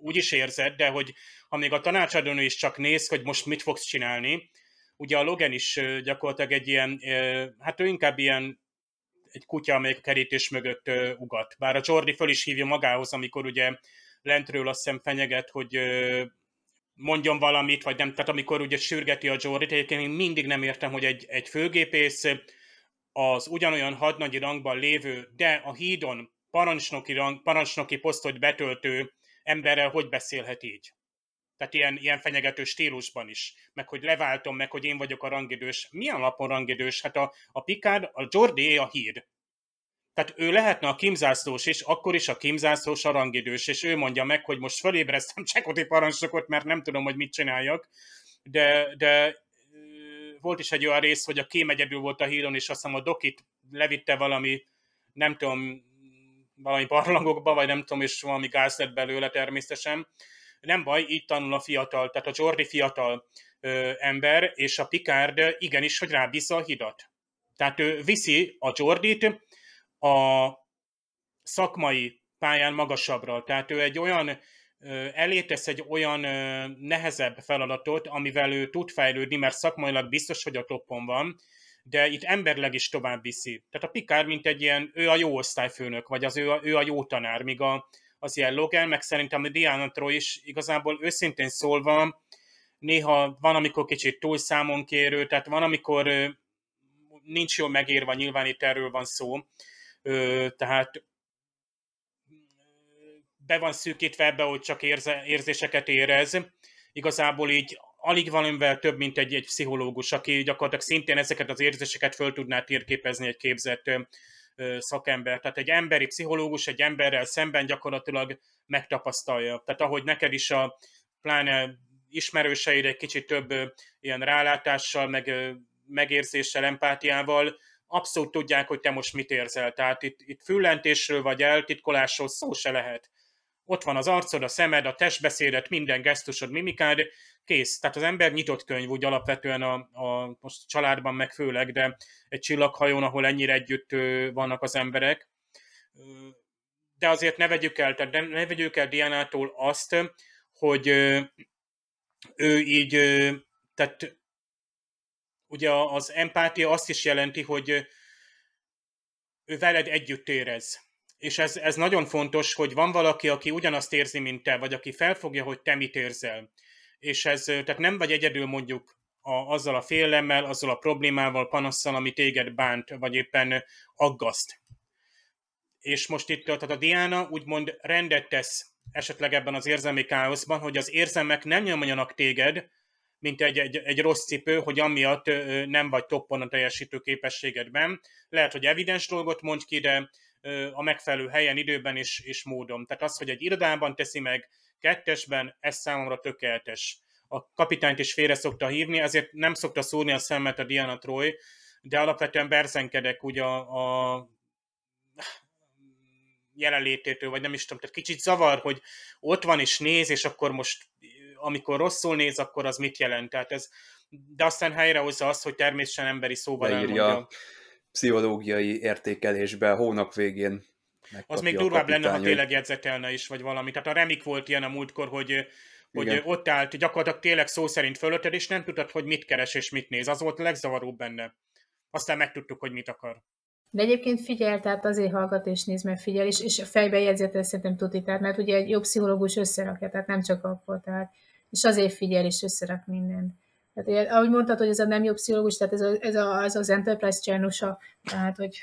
úgy is érzed, de hogy ha még a tanácsadónő is csak néz, hogy most mit fogsz csinálni, ugye a Logan is gyakorlatilag egy ilyen, hát ő inkább ilyen egy kutya, amelyik a kerítés mögött ugat. Bár a Jordi föl is hívja magához, amikor ugye lentről azt hiszem fenyeget, hogy mondjon valamit, vagy nem, tehát amikor ugye sürgeti a Jordit. Egyébként én mindig nem értem, hogy egy főgépész az ugyanolyan hadnagyi rangban lévő, de a hídon parancsnoki posztot betöltő emberrel hogy beszélhet így. Tehát ilyen fenyegető stílusban is. Meg hogy leváltom, meg hogy én vagyok a rangidős. Milyen alapon rangidős? Hát a Picard, a Jordi a híd. Tehát ő lehetne a kímzászlós is, akkor is a kímzászlós a rangidős, és ő mondja meg, hogy most fölébreztem Chakotay parancsnokot, mert nem tudom, hogy mit csináljak, de volt is egy olyan rész, hogy a kém egyedül volt a hídon, és azt hiszem a Dokit levitte valami, nem tudom, valami barlangokba, vagy nem tudom, és valami gáz lett belőle természetesen. Nem baj, így tanul a fiatal, tehát a Jordi fiatal ember, és a Picard igenis, hogy rábízza a hidat. Tehát ő viszi a Jordit a szakmai pályán magasabbra. Tehát ő egy olyan, elé tesz egy olyan nehezebb feladatot, amivel ő tud fejlődni, mert szakmailag biztos, hogy a toppon van, de itt emberleg is tovább viszi. Tehát a Picard, mint egy ilyen, ő a jó osztályfőnök, vagy ő a jó tanár, míg az ilyen Logan, meg szerintem a Deanna Troi is igazából őszintén szólva, néha van, amikor kicsit túl számon kérő, tehát van, amikor nincs jól megírva, nyilván itt erről van szó, tehát be van szűkítve ebbe, hogy csak érzéseket érez. Igazából így alig valamivel több, mint egy pszichológus, aki gyakorlatilag szintén ezeket az érzéseket föl tudná térképezni egy képzett szakember. Tehát egy emberi pszichológus egy emberrel szemben gyakorlatilag megtapasztalja. Tehát ahogy neked is pláne ismerőseid egy kicsit több ilyen rálátással, megérzéssel, empátiával abszolút tudják, hogy te most mit érzel. Tehát itt füllentésről vagy eltitkolásról szó se lehet. Ott van az arcod, a szemed, a testbeszédet, minden gesztusod, mimikád, kész. Tehát az ember nyitott könyv, úgy alapvetően most családban meg főleg, de egy csillaghajón, ahol ennyire együtt vannak az emberek. De azért ne vegyük el Dianától azt, hogy ő így, tehát ugye az empátia azt is jelenti, hogy ő veled együtt érez. És ez nagyon fontos, hogy van valaki, aki ugyanazt érzi, mint te, vagy aki felfogja, hogy te mit érzel. És tehát nem vagy egyedül mondjuk azzal a félelemmel, azzal a problémával, panasszal, ami téged bánt, vagy éppen aggaszt. És most itt tehát a Diana úgymond rendet tesz esetleg ebben az érzelmi káoszban, hogy az érzelmek nem nyomjanak téged, mint egy rossz cipő, hogy amiatt nem vagy toppon a teljesítő képességedben. Lehet, hogy evidens dolgot mondj ki, de a megfelelő helyen, időben és módon. Tehát az, hogy egy irodában teszi meg, kettesben, ez számomra tökéletes. A kapitányt is félre szokta hívni, ezért nem szokta szúrni a szemmet a Deanna Troi, de alapvetően berzenkedek ugye a jelenlététől, vagy nem is tudom, tehát kicsit zavar, hogy ott van és néz, és akkor most, amikor rosszul néz, akkor az mit jelent? Tehát de aztán helyrehozza azt, hogy természetesen emberi szóval elmondja. Pszichológiai értékelésbe a hónap végén az még durvább lenne, ha tényleg jegyzetelne is, vagy valami. Tehát a Remik volt ilyen a múltkor, hogy ott állt gyakorlatilag tényleg szó szerint fölötted, és nem tudtad, hogy mit keres és mit néz. Az volt a legzavaróbb benne. Aztán megtudtuk, hogy mit akar. De egyébként figyel, tehát azért hallgat és néz, mert figyel, és a fejbe jegyzetel szerintem tuti, tehát mert ugye egy jobb pszichológus összerakja, tehát nem csak akkor, tehát, és azért figyel és összerak mindent. Tehát ugye, ahogy mondtad, hogy ez a nem jobb pszichológus, tehát ez az Enterprise Csernusa, tehát hogy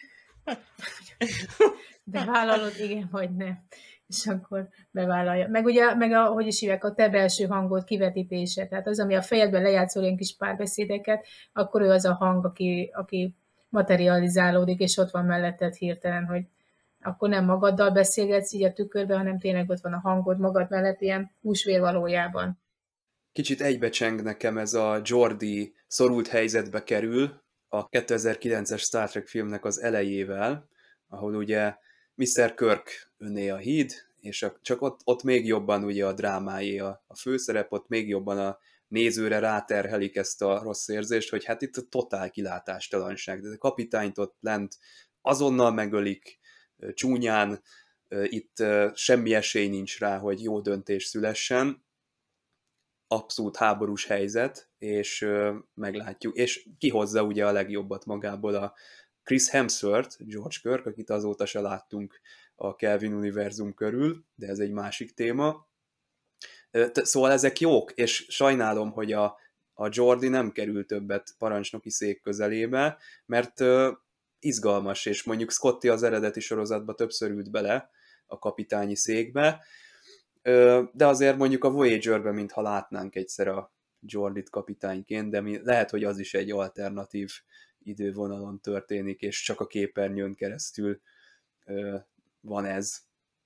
bevállalod, igen, vagy nem. És akkor bevállalja. Meg ugye, hogy is hívják, a te belső hangod kivetítése, tehát az, ami a fejedben lejátszol ilyen kis párbeszédeket, akkor ő az a hang, aki materializálódik, és ott van melletted hirtelen, hogy akkor nem magaddal beszélgetsz így a tükörben, hanem tényleg ott van a hangod magad mellett, ilyen húsvér valójában. Kicsit egybecseng nekem ez a Geordi szorult helyzetbe kerül a 2009-es Star Trek filmnek az elejével, ahol ugye Mr. Kirk önné a híd, és csak ott még jobban ugye a drámáé a főszerep, ott még jobban a nézőre ráterhelik ezt a rossz érzést, hogy hát itt a totál kilátástalanság. De a kapitányt ott lent azonnal megölik, csúnyán, itt semmi esély nincs rá, hogy jó döntés szülessen, abszolút háborús helyzet, és meglátjuk, és kihozza ugye a legjobbat magából a Chris Hemsworth, George Kirk, akit azóta se láttunk a Kelvin univerzum körül, de ez egy másik téma. Szóval ezek jók, és sajnálom, hogy a Geordi nem kerül többet parancsnoki szék közelébe, mert izgalmas, és mondjuk Scotty az eredeti sorozatba többször ült bele a kapitányi székbe, de azért mondjuk a Voyager-ben mintha látnánk egyszer a Geordit kapitányként, de lehet, hogy az is egy alternatív idővonalon történik, és csak a képernyőn keresztül van ez.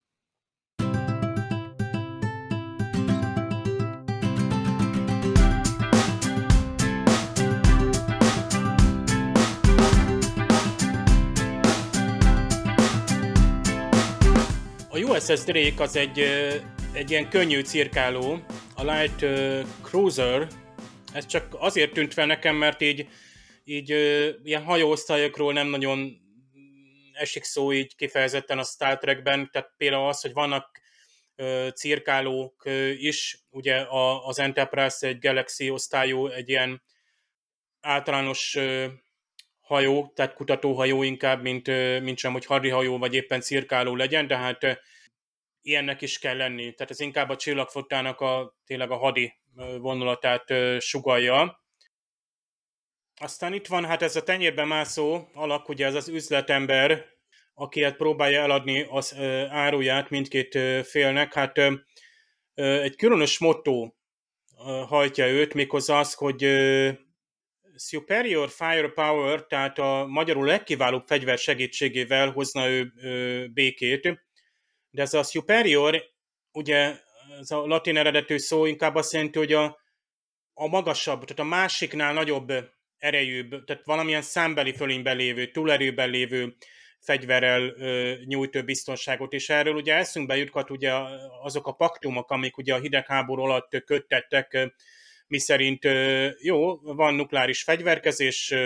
A USS Drake az egy ilyen könnyű cirkáló, a Light Cruiser. Ez csak azért tűnt fel nekem, mert így ilyen hajóosztályokról nem nagyon esik szó így kifejezetten a Star Trekben, tehát például az, hogy vannak cirkálók is, ugye az Enterprise egy Galaxy osztályú, egy ilyen általános hajó, tehát kutatóhajó inkább, mint sem, hogy hadihajó vagy éppen cirkáló legyen, de hát ilyennek is kell lenni. Tehát ez inkább a csillagflottának tényleg a hadi vonulatát sugallja. Aztán itt van hát ez a tenyérbe mászó alak, ugye ez az üzletember, aki hát próbálja eladni az áruját mindkét félnek. Hát egy különös motto hajtja őt, méghozzá az, hogy superior firepower, tehát a magyarul legkiválóbb fegyver segítségével hozna ő békét. De ez a superior, ugye ez a latin eredetű szó inkább azt jelenti, hogy a magasabb, tehát a másiknál nagyobb erejűbb, tehát valamilyen számbeli fölényben lévő, túlerőben lévő fegyverrel nyújtó biztonságot, és erről ugye eszünkbe juthat ugye azok a paktumok, amik ugye a hidegháború alatt köttettek, miszerint jó, van nukleáris fegyverkezés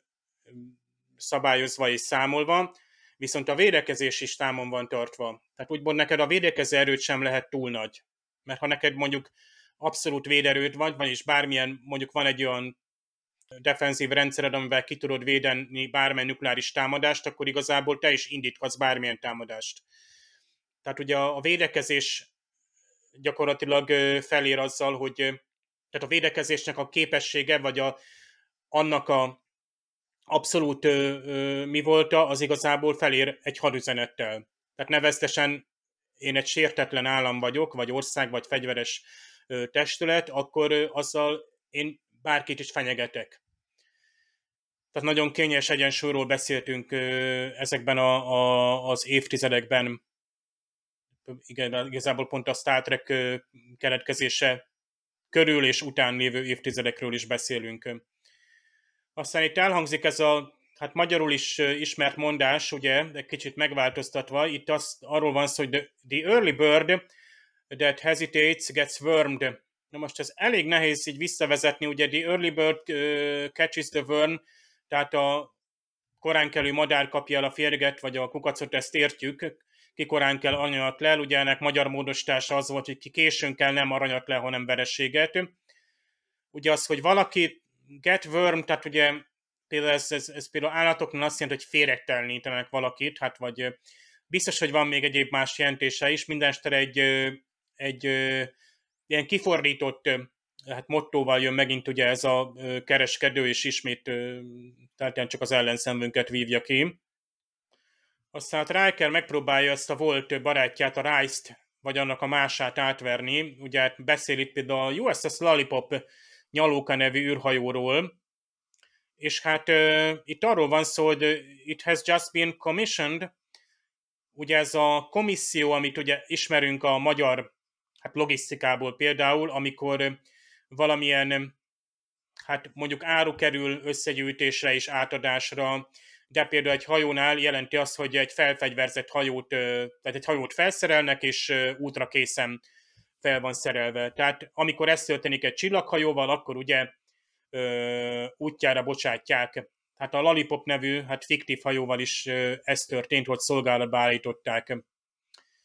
szabályozva és számolva, viszont a védekezés is számon van tartva. Tehát úgymond neked a védekező erőt sem lehet túl nagy. Mert ha neked mondjuk abszolút véderőd vagy, vagyis bármilyen, mondjuk van egy olyan defenzív rendszered, amivel ki tudod védeni bármilyen nukleáris támadást, akkor igazából te is indíthatsz bármilyen támadást. Tehát ugye a védekezés gyakorlatilag felér azzal, hogy tehát a védekezésnek a képessége, vagy annak a abszolút mi volt, az igazából felér egy hadüzenettel. Tehát nevezetesen én egy sértetlen állam vagyok, vagy ország, vagy fegyveres testület, akkor azzal én bárkit is fenyegetek. Tehát nagyon kényes egyensúlyról beszéltünk ezekben az évtizedekben. Igen, igazából pont a Star Trek keletkezése körül és után lévő évtizedekről is beszélünk. Aztán itt elhangzik ez hát magyarul is ismert mondás, ugye, de kicsit megváltoztatva. Itt arról van szó, hogy the early bird that hesitates gets wormed. Na most ez elég nehéz így visszavezetni, ugye the early bird catches the worm, tehát a koránkelő madár kapja el a férget, vagy a kukacot, ezt értjük, ki korán kell aranyat le, ugye ennek magyar módosítása az volt, hogy ki későn kell nem aranyat le, hanem vereséget. Ugye az, hogy valaki get worm, tehát ugye például ez például állatoknál azt jelenti, hogy féregtelenítenek valakit, hát vagy biztos, hogy van még egyéb más jelentése is, mindenestre egy ilyen kifordított hát mottóval jön megint ugye ez a kereskedő, és ismét tehát csak az ellenszenvünket vívja ki. Aztán hát Riker megpróbálja ezt a volt barátját, a Rice-t, vagy annak a mását átverni. Ugye hát beszél itt például a USS Lollipop Nyalóka nevű űrhajóról, és hát itt arról van szó, hogy it has just been commissioned, ugye ez a komisszió, amit ugye ismerünk a magyar hát logisztikából például, amikor valamilyen hát mondjuk áru kerül összegyűjtésre és átadásra, de például egy hajónál jelenti azt, hogy egy felfegyverzett hajót, tehát egy hajót felszerelnek, és útra készen fel van szerelve. Tehát amikor ez történik egy csillaghajóval, akkor ugye útjára bocsátják. Hát a Lollipop nevű, hát fiktív hajóval is ez történt, hogy szolgálatba állították.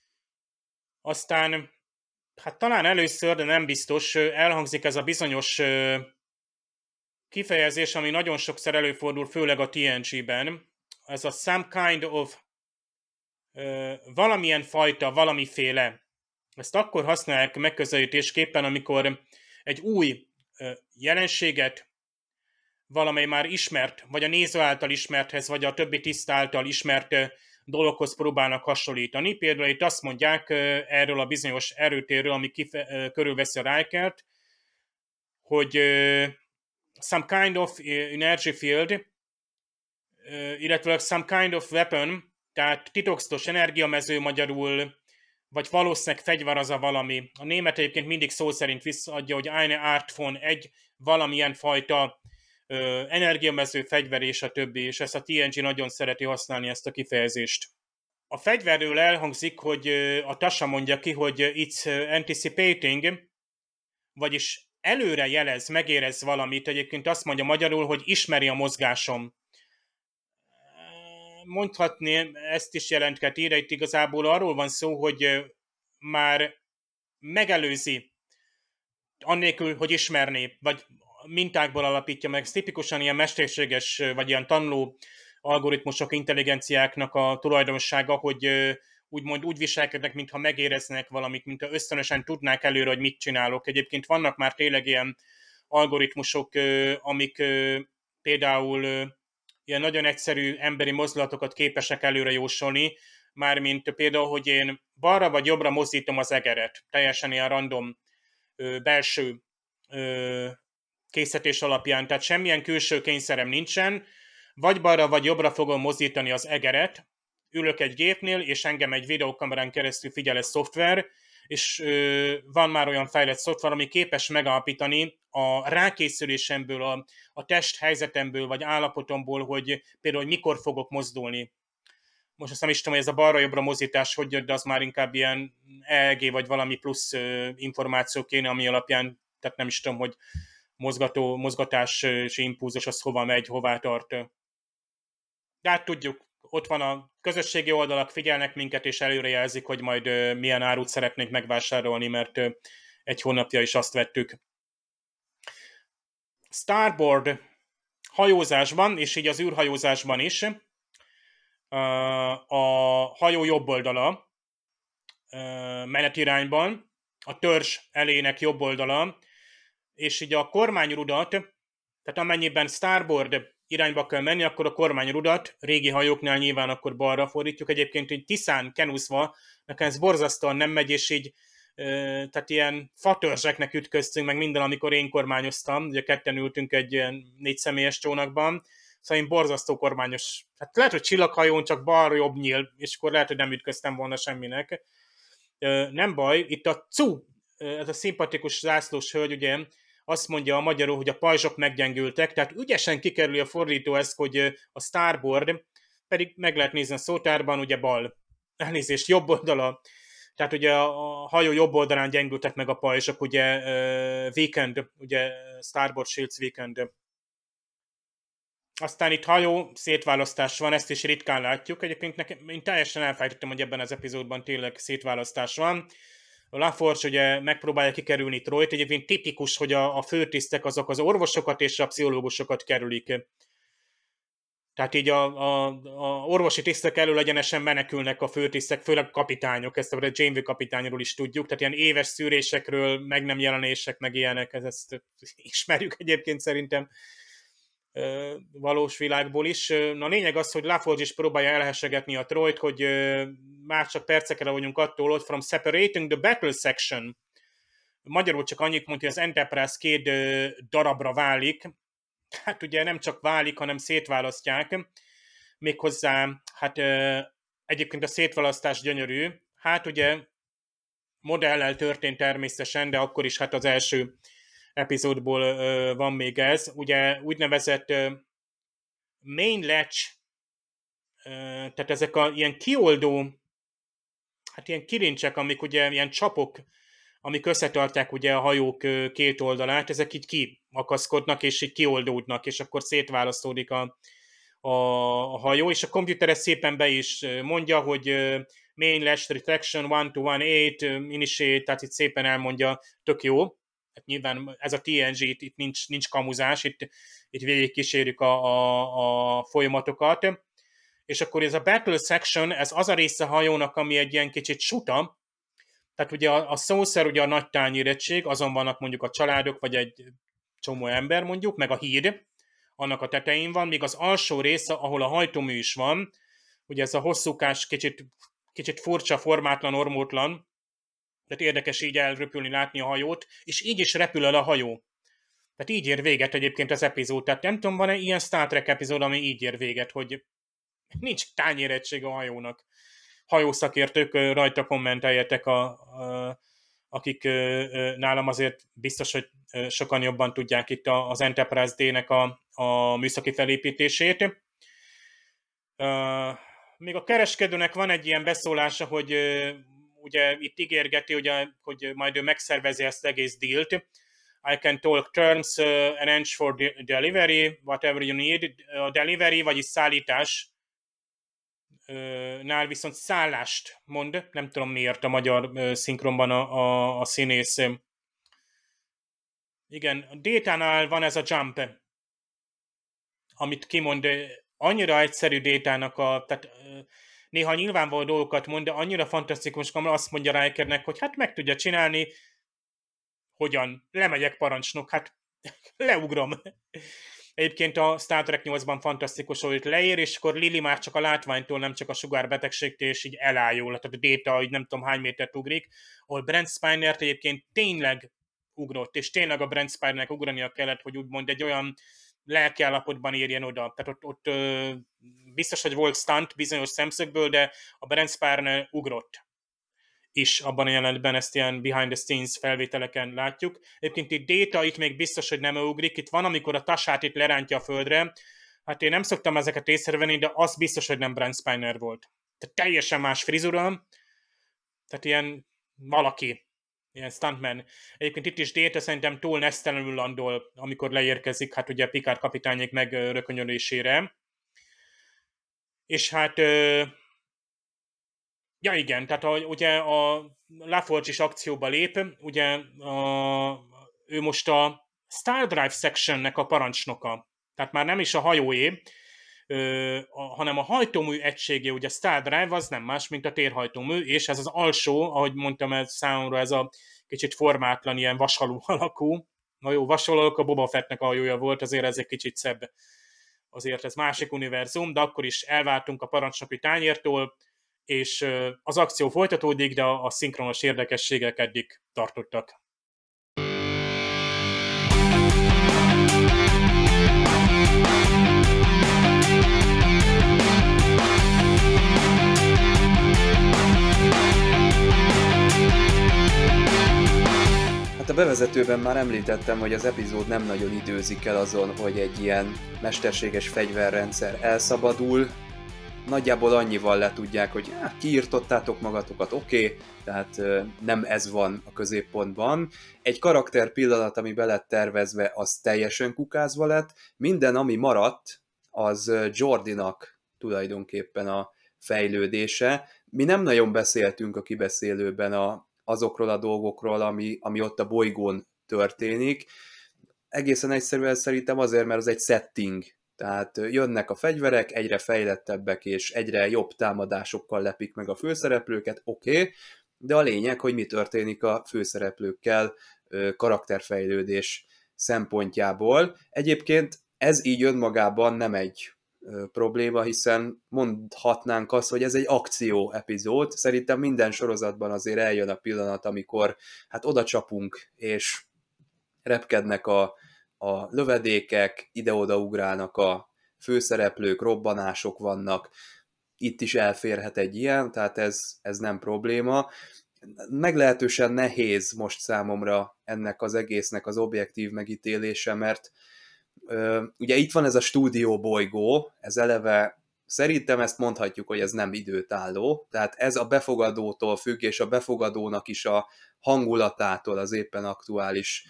Aztán, hát talán először, de nem biztos, elhangzik ez a bizonyos kifejezés, ami nagyon sokszor előfordul, főleg a TNG-ben. Ez a some kind of valamilyen fajta, valamiféle. Ezt akkor használják megközelítésképpen, amikor egy új jelenséget valamely már ismert, vagy a néző által ismerthez, vagy a többi tiszt által ismert dologhoz próbálnak hasonlítani. Például itt azt mondják erről a bizonyos erőtérről, ami körülveszi a Rikert, hogy some kind of energy field, illetve some kind of weapon, tehát titokzatos energiamező magyarul, vagy valószínűleg fegyver az a valami. A német egyébként mindig szó szerint visszaadja, hogy eine Art von, egy valamilyen fajta energiamező, fegyver és a többi, és ezt a TNG nagyon szereti használni, ezt a kifejezést. A fegyverről elhangzik, hogy a Tasha mondja ki, hogy it's anticipating, vagyis előre jelez, megérez valamit, egyébként azt mondja magyarul, hogy ismeri a mozgásom. Mondhatni, ezt is jelentheti, de itt igazából arról van szó, hogy már megelőzi, annélkül, hogy ismerné, vagy mintákból alapítja meg. Ez tipikusan ilyen mesterséges, vagy ilyen tanuló algoritmusok, intelligenciáknak a tulajdonsága, hogy úgymond úgy viselkednek, mintha megéreznek valamit, mintha ösztönösen tudnák előre, hogy mit csinálok. Egyébként vannak már tényleg ilyen algoritmusok, amik például ilyen nagyon egyszerű emberi mozdulatokat képesek előre jósolni, mármint például, hogy én balra vagy jobbra mozdítom az egeret, teljesen ilyen random belső készítés alapján, tehát semmilyen külső kényszerem nincsen, vagy balra vagy jobbra fogom mozdítani az egeret, ülök egy gépnél, és engem egy videókamerán keresztül figyel egy szoftver, és van már olyan fejlett szoftver, ami képes megállapítani a rákészülésemből, a test helyzetemből, vagy állapotomból, hogy például, hogy mikor fogok mozdulni. Most azt nem is tudom, hogy ez a balra-jobbra mozdítás hogy jött, de az már inkább ilyen EEG, vagy valami plusz információ kéne, ami alapján, tehát nem is tudom, hogy mozgatási impulzus az hova megy, hová tart. De hát tudjuk, ott van a közösségi oldalak, figyelnek minket, és előrejelzik, hogy majd milyen árut szeretnénk megvásárolni, mert egy hónapja is azt vettük. Starboard hajózásban, és így az űrhajózásban is a hajó jobb oldala menetirányban, a törzs elének jobb oldala, és így a kormányrudat, tehát amennyiben starboard irányba kell menni, akkor a kormányrudat, régi hajóknál nyilván akkor balra fordítjuk. Egyébként így Tiszán kenúszva, nekem ez borzasztóan nem megy, és így tehát ilyen fatörzseknek ütköztünk, meg minden, amikor én kormányoztam, ugye ketten ültünk egy ilyen 4 személyes csónakban, szóval én borzasztó kormányos, hát lehet, hogy csillaghajón csak balra-jobb nyíl, és akkor lehet, hogy nem ütköztem volna semminek. Nem baj, itt a CU, ez a szimpatikus zászlós hölgy, ugye, azt mondja a magyarul, hogy a pajzsok meggyengültek, tehát ügyesen kikerüli a fordító ezt, hogy a starboard, pedig meg lehet nézni a szótárban, ugye bal, elnézést, jobb oldala, tehát ugye a hajó jobb oldalán gyengültek meg a pajzsok, ugye weekend, ugye starboard shields weekend. Aztán itt hajó szétválasztás van, ezt is ritkán látjuk. Egyébként én teljesen elfelejtettem, hogy ebben az epizódban tényleg szétválasztás van. A LaForge ugye megpróbálja kikerülni Troyt, egyébként tipikus, hogy a főtisztek azok az orvosokat és a pszichológusokat kerülik. Tehát így a orvosi tisztek elől egyenesen menekülnek a főtisztek, főleg kapitányok, ezt a Janeway kapitányról is tudjuk, tehát ilyen éves szűrésekről, meg nem jelenések, meg ilyenek, ezt ismerjük egyébként szerintem valós világból is. Na, a lényeg az, hogy LaForge is próbálja elhessegetni a Troyt, hogy már csak percekre vagyunk attól, hogy from separating the battle section. Magyarul csak annyit mondja, hogy az Enterprise 2 darabra válik. Hát ugye nem csak válik, hanem szétválasztják. Méghozzá, hát egyébként a szétválasztás gyönyörű. Hát ugye modellel történt természetesen, de akkor is hát az első epizódból van még ez. Ugye úgynevezett main latch, tehát ezek a ilyen kioldó, hát ilyen kilincsek, amik ugye ilyen csapok, amik összetartják ugye a hajók két oldalát, ezek így kiakaszkodnak, és így kioldódnak, és akkor szétválasztódik a hajó, és a komputer ezt szépen be is mondja, hogy main lash retraction 1-18, initiate, tehát itt szépen elmondja, tök jó. Hát nyilván ez a TNG, itt nincs kamuzás, itt végig kísérjük a folyamatokat. És akkor ez a battle section, ez az a része a hajónak, ami egy ilyen kicsit suta. Tehát ugye a szószer ugye a nagy tányérettség, azon vannak mondjuk a családok, vagy egy csomó ember mondjuk, meg a híd, annak a tetején van, míg az alsó része, ahol a hajtómű is van, ugye ez a hosszúkás, kicsit furcsa, formátlan, ormótlan, tehát érdekes így elröpülni, látni a hajót, és így is repül el a hajó. Tehát így ér véget egyébként az epizód. Tehát nem tudom, van-e ilyen Star Trek epizód, ami így ér véget, hogy nincs tányérettség a hajónak. Hajószakértők, rajta kommenteljetek, akik nálam azért biztos, hogy sokan jobban tudják itt az Enterprise D-nek a műszaki felépítését. Még a kereskedőnek van egy ilyen beszólása, hogy ugye itt ígérgeti, hogy majd ő megszervezi ezt egész dealt. I can talk terms, arrange for delivery, whatever you need. A delivery, vagyis szállítás, nál viszont szállást mond, nem tudom miért a magyar szinkronban a színész. Igen, a Data-nál van ez a jump, amit kimond, annyira egyszerű Data-nak, tehát néha nyilvánvaló dolgokat mond, de annyira fantasztikus, amikor azt mondja Rikernek, hogy hát meg tudja csinálni, hogyan? Lemegyek parancsnok, hát leugrom. Egyébként a Star Trek 8-ban fantasztikus, hogy leér, és akkor Lily már csak a látványtól, nem csak a sugárbetegségtől, és így elájul. Tehát a Data, hogy nem tudom hány métert ugrik, ahol Brent Spiner egyébként tényleg ugrott, és tényleg a Brent Spinernek ugrania kellett, hogy úgymond egy olyan lelkiállapotban érjen oda. Tehát ott biztos, hogy volt stunt bizonyos szemszögből, de a Brent Spiner ugrott is abban a jelenetben, ezt ilyen behind the scenes felvételeken látjuk. Egyébként itt Data, itt még biztos, hogy nem ugrik. Itt van, amikor a tasát itt lerántja a földre. Hát én nem szoktam ezeket észrevenni, de az biztos, hogy nem Brent Spiner volt. Tehát teljesen más frizura. Tehát ilyen valaki, ilyen stuntman. Egyébként itt is Data szerintem túl nesztelenül landol, amikor leérkezik, hát ugye Picard kapitányék megrökönyölésére. És hát ja igen, tehát ugye a LaForge is akcióba lép, ugye ő most a Star Drive Sectionnek a parancsnoka, tehát már nem is a hajóé, hanem a hajtómű egységé, ugye a Star Drive az nem más, mint a térhajtómű, és ez az alsó, ahogy mondtam, ez számomra ez a kicsit formátlan, ilyen vasaló alakú, na jó, vasaló alakú, a Boba Fettnek a hajója volt, azért ez egy kicsit szebb, azért ez másik univerzum, de akkor is elváltunk a parancsnoki tányértól, és az akció folytatódik, de a szinkronos érdekességek eddig tartottak. Hát a bevezetőben már említettem, hogy az epizód nem nagyon időzik el azon, hogy egy ilyen mesterséges fegyverrendszer elszabadul. Nagyjából annyival letudják, hogy kiirtottátok magatokat, oké, tehát nem ez van a középpontban. Egy karakter pillanat, ami be lett tervezve, az teljesen kukázva lett. Minden, ami maradt, az Geordinak tulajdonképpen a fejlődése. Mi nem nagyon beszéltünk a kibeszélőben azokról a dolgokról, ami ott a bolygón történik. Egészen egyszerűen szerintem azért, mert az egy setting. Tehát jönnek a fegyverek, egyre fejlettebbek és egyre jobb támadásokkal lepik meg a főszereplőket, oké, de a lényeg, hogy mi történik a főszereplőkkel karakterfejlődés szempontjából. Egyébként ez így önmagában nem egy probléma, hiszen mondhatnánk azt, hogy ez egy akció epizód. Szerintem minden sorozatban azért eljön a pillanat, amikor hát oda csapunk, és repkednek a lövedékek, ide-oda ugrálnak a főszereplők, robbanások vannak, itt is elférhet egy ilyen, tehát ez nem probléma. Meglehetősen nehéz most számomra ennek az egésznek az objektív megítélése, mert ugye itt van ez a stúdióbolygó, ez eleve szerintem ezt mondhatjuk, hogy ez nem időtálló, tehát ez a befogadótól függ, és a befogadónak is a hangulatától, az éppen aktuális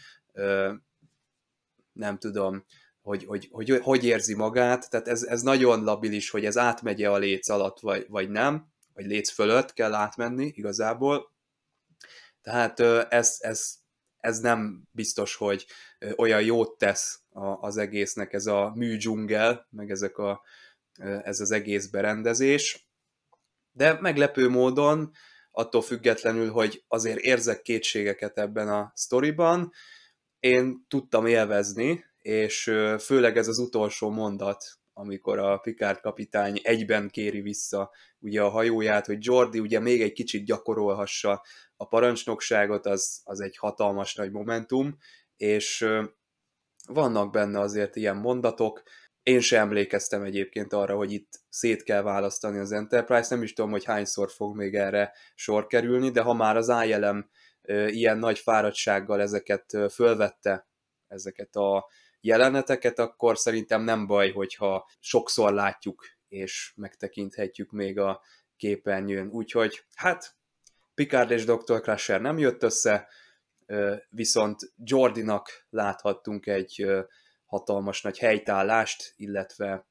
nem tudom, hogy érzi magát, tehát ez nagyon labilis, hogy ez átmegye a léc alatt, vagy nem. vagy léc fölött kell átmenni igazából. Tehát ez nem biztos, hogy olyan jót tesz az egésznek ez a műdzsungel, meg ez az egész berendezés. De meglepő módon, attól függetlenül, hogy azért érzek kétségeket ebben a sztoriban, én tudtam élvezni, és főleg ez az utolsó mondat, amikor a Picard kapitány egyben kéri vissza ugye a hajóját, hogy Geordi ugye még egy kicsit gyakorolhassa a parancsnokságot, az egy hatalmas nagy momentum, és vannak benne azért ilyen mondatok. Én sem emlékeztem egyébként arra, hogy itt szét kell választani az Enterprise, nem is tudom, hogy hányszor fog még erre sor kerülni, de ha már az ILM ilyen nagy fáradtsággal ezeket fölvette, ezeket a jeleneteket, akkor szerintem nem baj, hogyha sokszor látjuk és megtekinthetjük még a képernyőn. Úgyhogy hát Picard és Dr. Crusher nem jött össze, viszont Geordinak láthattunk egy hatalmas nagy helytállást, illetve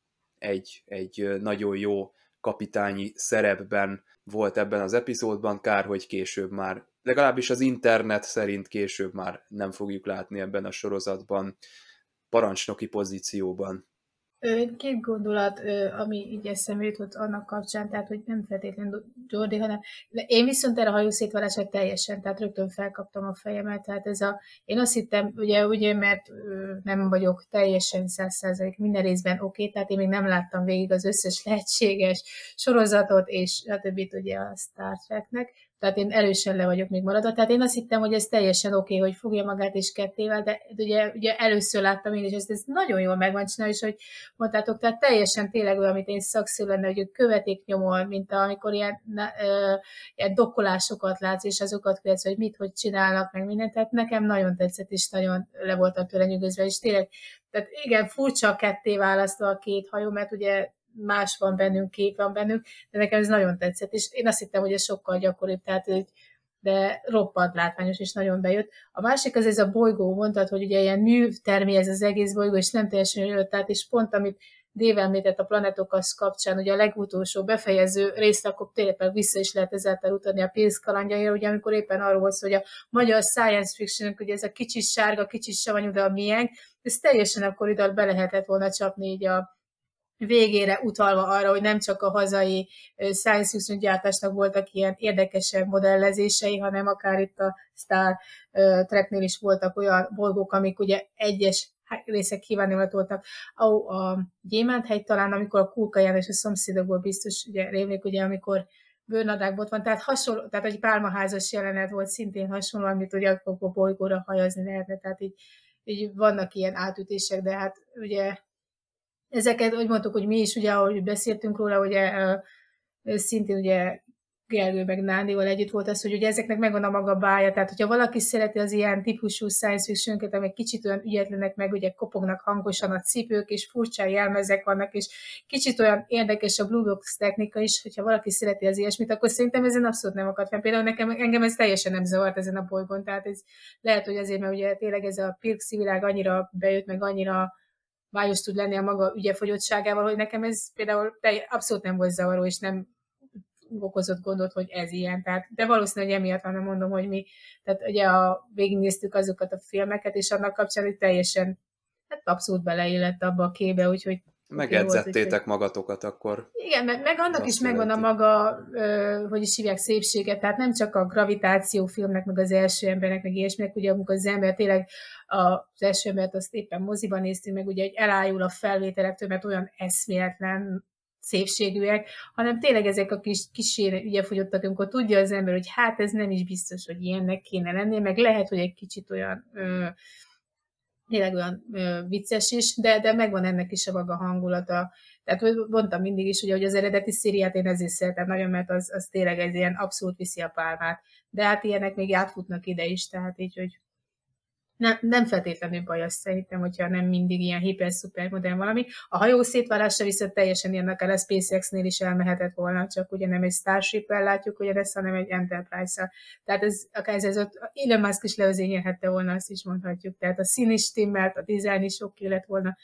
egy nagyon jó kapitányi szerepben volt ebben az epizódban, kár, hogy később már, legalábbis az internet szerint később már nem fogjuk látni ebben a sorozatban parancsnoki pozícióban. Két gondolat, ami így eszembe jutott annak kapcsán, tehát hogy nem feltétlenül Geordi, hanem de én viszont erre a hajószétválásra teljesen, tehát rögtön felkaptam a fejemet, tehát én azt hittem, ugye mert nem vagyok teljesen 100% minden részben oké, tehát én még nem láttam végig az összes lehetséges sorozatot, és a többit ugye a Star Treknek, tehát én erősen le vagyok még maradva. Tehát én azt hittem, hogy ez teljesen oké, hogy fogja magát és kettével, de ugye először láttam én, és ez nagyon jól meg van csinálva, és hogy mondtátok, tehát teljesen tényleg olyan, amit én szakszó lenne, hogy ők követik nyomon, mint amikor ilyen dokkolásokat látsz, és azokat követsz, hogy hogy csinálnak, meg mindent. Tehát nekem nagyon tetszett, és nagyon le voltam tőle nyugodva, és tényleg, tehát igen, furcsa ketté választva a két hajó, mert ugye más van bennünk, kép van bennünk, de nekem ez nagyon tetszett, és én azt hittem, hogy ez sokkal gyakoribb, tehát de roppant látványos, és nagyon bejött. A másik az ez a bolygó, mondtad, hogy ugye ilyen műtermi ez az egész bolygó, és nem teljesen jött át, és pont amit Dave említett a Planetokasz kapcsán, ugye a legutolsó befejező részre, akkor tényleg vissza is lehet ezáltal utalni a Pilz kalandjaira, ugye amikor éppen arról volt, hogy a magyar science fiction, ugye ez a kicsit sárga, kicsit savanyú, de a miénk, ez teljesen akkor ide be lehetett volna csapni így a végére utalva arra, hogy nem csak a hazai science fiction gyártásnak voltak ilyen érdekesebb modellezései, hanem akár itt a Star Treknél is voltak olyan bolygók, amik ugye egyes részek kívánnivalót voltak. A Gyémánthegy talán, amikor a Kulka János a szomszédokból biztos, ugye rémlik, ugye amikor bőrnadrágban van, tehát hasonló, tehát egy pálmaházas jelenet volt szintén hasonló, amit ugye a bolygóra hajazni lehetne, tehát így vannak ilyen átütések, de hát ugye ezeket, úgy mondtuk, hogy mi is, ugye, ahogy beszéltünk róla, ugye szintén ugye Gergő meg Nándival együtt volt az, hogy ugye ezeknek megvan a maga bája, tehát hogyha valaki szereti az ilyen típusú science fiction-öket, amik kicsit olyan ügyetlenek, meg ugye kopognak hangosan a cipők, és furcsa jelmezek vannak, és kicsit olyan érdekes a Blue Box technika is, hogyha valaki szereti az ilyesmit, akkor szerintem ezen abszolút nem akad fel. Például engem ez teljesen nem zavart ezen a bolygón, tehát ez lehet, hogy azért, mert ugye tényleg ez a Pirxi világ annyira bejött, meg annyira bájos tud lenni a maga ügyefogyottságával, hogy nekem ez például abszolút nem volt zavaró, és nem okozott gondot, hogy ez ilyen. Tehát, de valószínűleg emiatt van, mondom, hogy mi, tehát ugye végignéztük azokat a filmeket, és annak kapcsán, hogy teljesen abszolút beleillett abba a képbe, úgyhogy megedzettétek magatokat akkor. Igen, meg annak is megvan a maga, hogy is hívják, szépsége, tehát nem csak a gravitáció filmnek, meg az első embernek, meg ilyesminek, ugye amikor az ember tényleg az első embert azt éppen moziban néztünk, meg ugye, hogy elájul a felvételektől, mert olyan eszméletlen szépségűek, hanem tényleg ezek a kis ügyefogyottak, amikor tudja az ember, hogy hát ez nem is biztos, hogy ilyennek kéne lenni, meg lehet, hogy egy kicsit olyan tényleg olyan vicces is, de megvan ennek is a maga hangulata. Tehát mondtam mindig is, ugye, hogy az eredeti szériát én ezért szeretem nagyon, mert az tényleg egy ilyen abszolút viszi a pálmát. De hát ilyenek még átfutnak ide is, tehát így, hogy nem feltétlenül baj, azt szerintem, hogyha nem mindig ilyen hiper-szuper modern valami. A hajó szétválásra viszont teljesen ilyen, akár a SpaceX-nél is elmehetett volna, csak ugye nem egy Starship-el látjuk ugyanezt, hanem egy Enterprise-szal. Tehát akár ez ott Elon Musk is levezényelhette volna, azt is mondhatjuk. Tehát a szín is stimmelt, a dizájn is oké lett volna, úgyhogy teljesen. Nekem az nagyon, mondom, hogy ez nagyon tetszett rögtön az első pillanattól, de tényleg, hogy a végignéztük azokat a filmeket, és annak kapcsán, hogy teljesen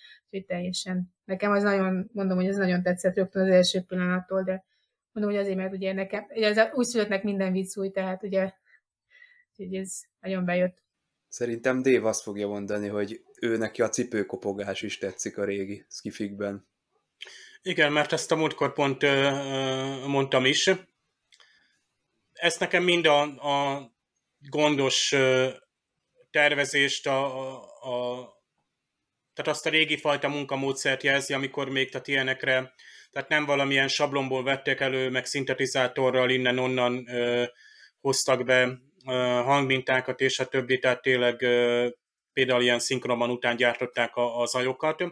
mondom, hogy azért, mert ugye nekem, ugye úgy születnek minden vicc új, tehát ugye ez nagyon bejött. Szerintem Dave azt fogja mondani, hogy ő neki a cipőkopogás is tetszik a régi skifikben. Igen, mert ezt a múltkor pont mondtam is. Ezt nekem mind a gondos tervezést, tehát azt a régi fajta munkamódszert jelzi, amikor még tehát ilyenekre, tehát nem valamilyen sablonból vettek elő, meg szintetizátorral innen-onnan hoztak be hangmintákat és a többi, tehát tényleg például ilyen szinkronban után gyártották a zajokat.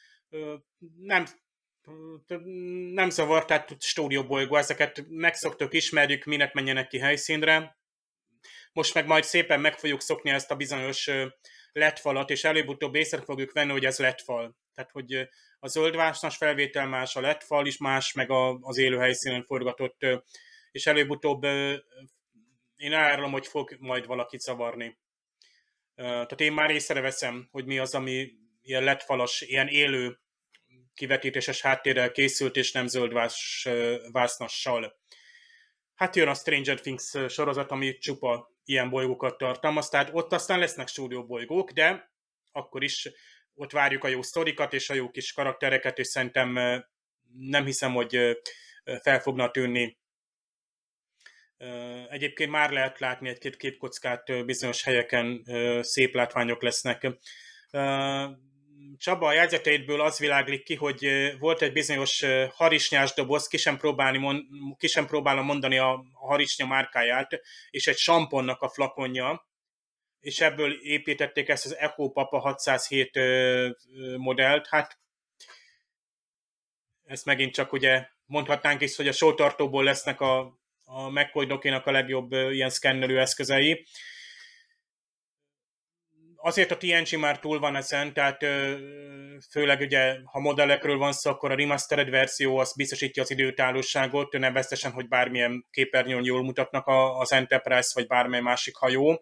Nem zavar, tehát stúdióbolygó, ezeket megszoktuk, ismerjük, minek menjenek ki helyszínre. Most meg majd szépen meg fogjuk szokni ezt a bizonyos LED-falat, és előbb-utóbb észre fogjuk venni, hogy ez LED-fal. Tehát, hogy a zöldvásnas felvétel más, a LED-fal is más, meg az élő helyszínen forgatott, és előbb-utóbb én elárulom, hogy fog majd valakit zavarni. Tehát én már észreveszem, hogy mi az, ami ilyen LED-falas, ilyen élő kivetítéses háttérrel készült, és nem zöldvásznassal. Hát jön a Stranger Things sorozat, ami csupa ilyen bolygókat tartalmaz, tehát ott aztán lesznek stúdióbolygók, de akkor is ott várjuk a jó sztorikat és a jó kis karaktereket, és szerintem nem hiszem, hogy fel fogna tűnni. Egyébként már lehet látni egy-két képkockát bizonyos helyeken, szép látványok lesznek. Csaba, a jegyzeteidből az világlik ki, hogy volt egy bizonyos harisnyás doboz, ki sem próbálom mondani a harisnya márkáját, és egy samponnak a flakonja, és ebből építették ezt az Echo Papa 607 modellt. Hát ezt megint csak ugye mondhatnánk is, hogy a sótartóból lesznek a McCoy Dokénak a legjobb ilyen szkennelő eszközei. Azért a TNG már túl van ezen, tehát főleg ugye, ha modellekről van szó, akkor a remastered verzió az biztosítja az időtállóságot, nevezetesen, hogy bármilyen képernyőn jól mutatnak az Enterprise, vagy bármely másik hajó.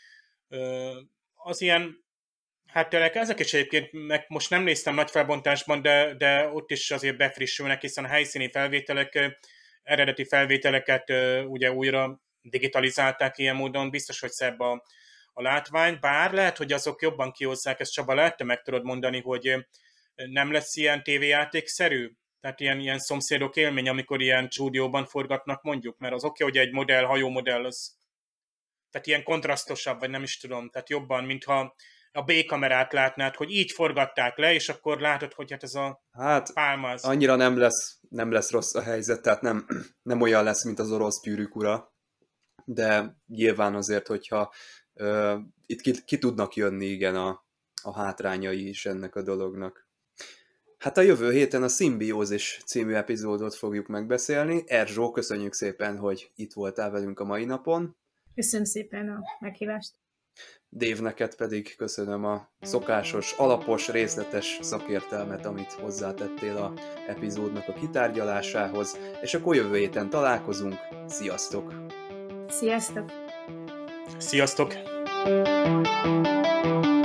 Az ilyen, hát tényleg ezek is egyébként, meg most nem néztem nagy felbontásban, de ott is azért befrissülnek, hiszen a helyszíni felvételek, eredeti felvételeket ugye újra digitalizálták ilyen módon, biztos, hogy szebb a látvány, bár lehet, hogy azok jobban kihozzák, ezt Csaba, lehet, te meg tudod mondani, hogy nem lesz ilyen tévéjátékszerű? Tehát ilyen szomszédok élmény, amikor ilyen stúdióban forgatnak mondjuk, mert az oké, hogy egy modell, hajómodell, az tehát ilyen kontrasztosabb, vagy nem is tudom, tehát jobban, mintha a B-kamerát látnád, hogy így forgatták le, és akkor látod, hogy hát ez a pálma az. Annyira nem lesz rossz a helyzet, tehát nem olyan lesz, mint az orosz Gyűrűk ura, de nyilván azért, hogyha itt ki tudnak jönni, igen, a hátrányai is ennek a dolognak. Hát a jövő héten a Szimbiózis című epizódot fogjuk megbeszélni. Erzsó, köszönjük szépen, hogy itt voltál velünk a mai napon. Köszönöm szépen a meghívást. Dave, neked pedig köszönöm a szokásos, alapos, részletes szakértelmet, amit hozzátettél a epizódnak a kitárgyalásához, és akkor jövő héten találkozunk. Sziasztok! Sziasztok! Sziasztok!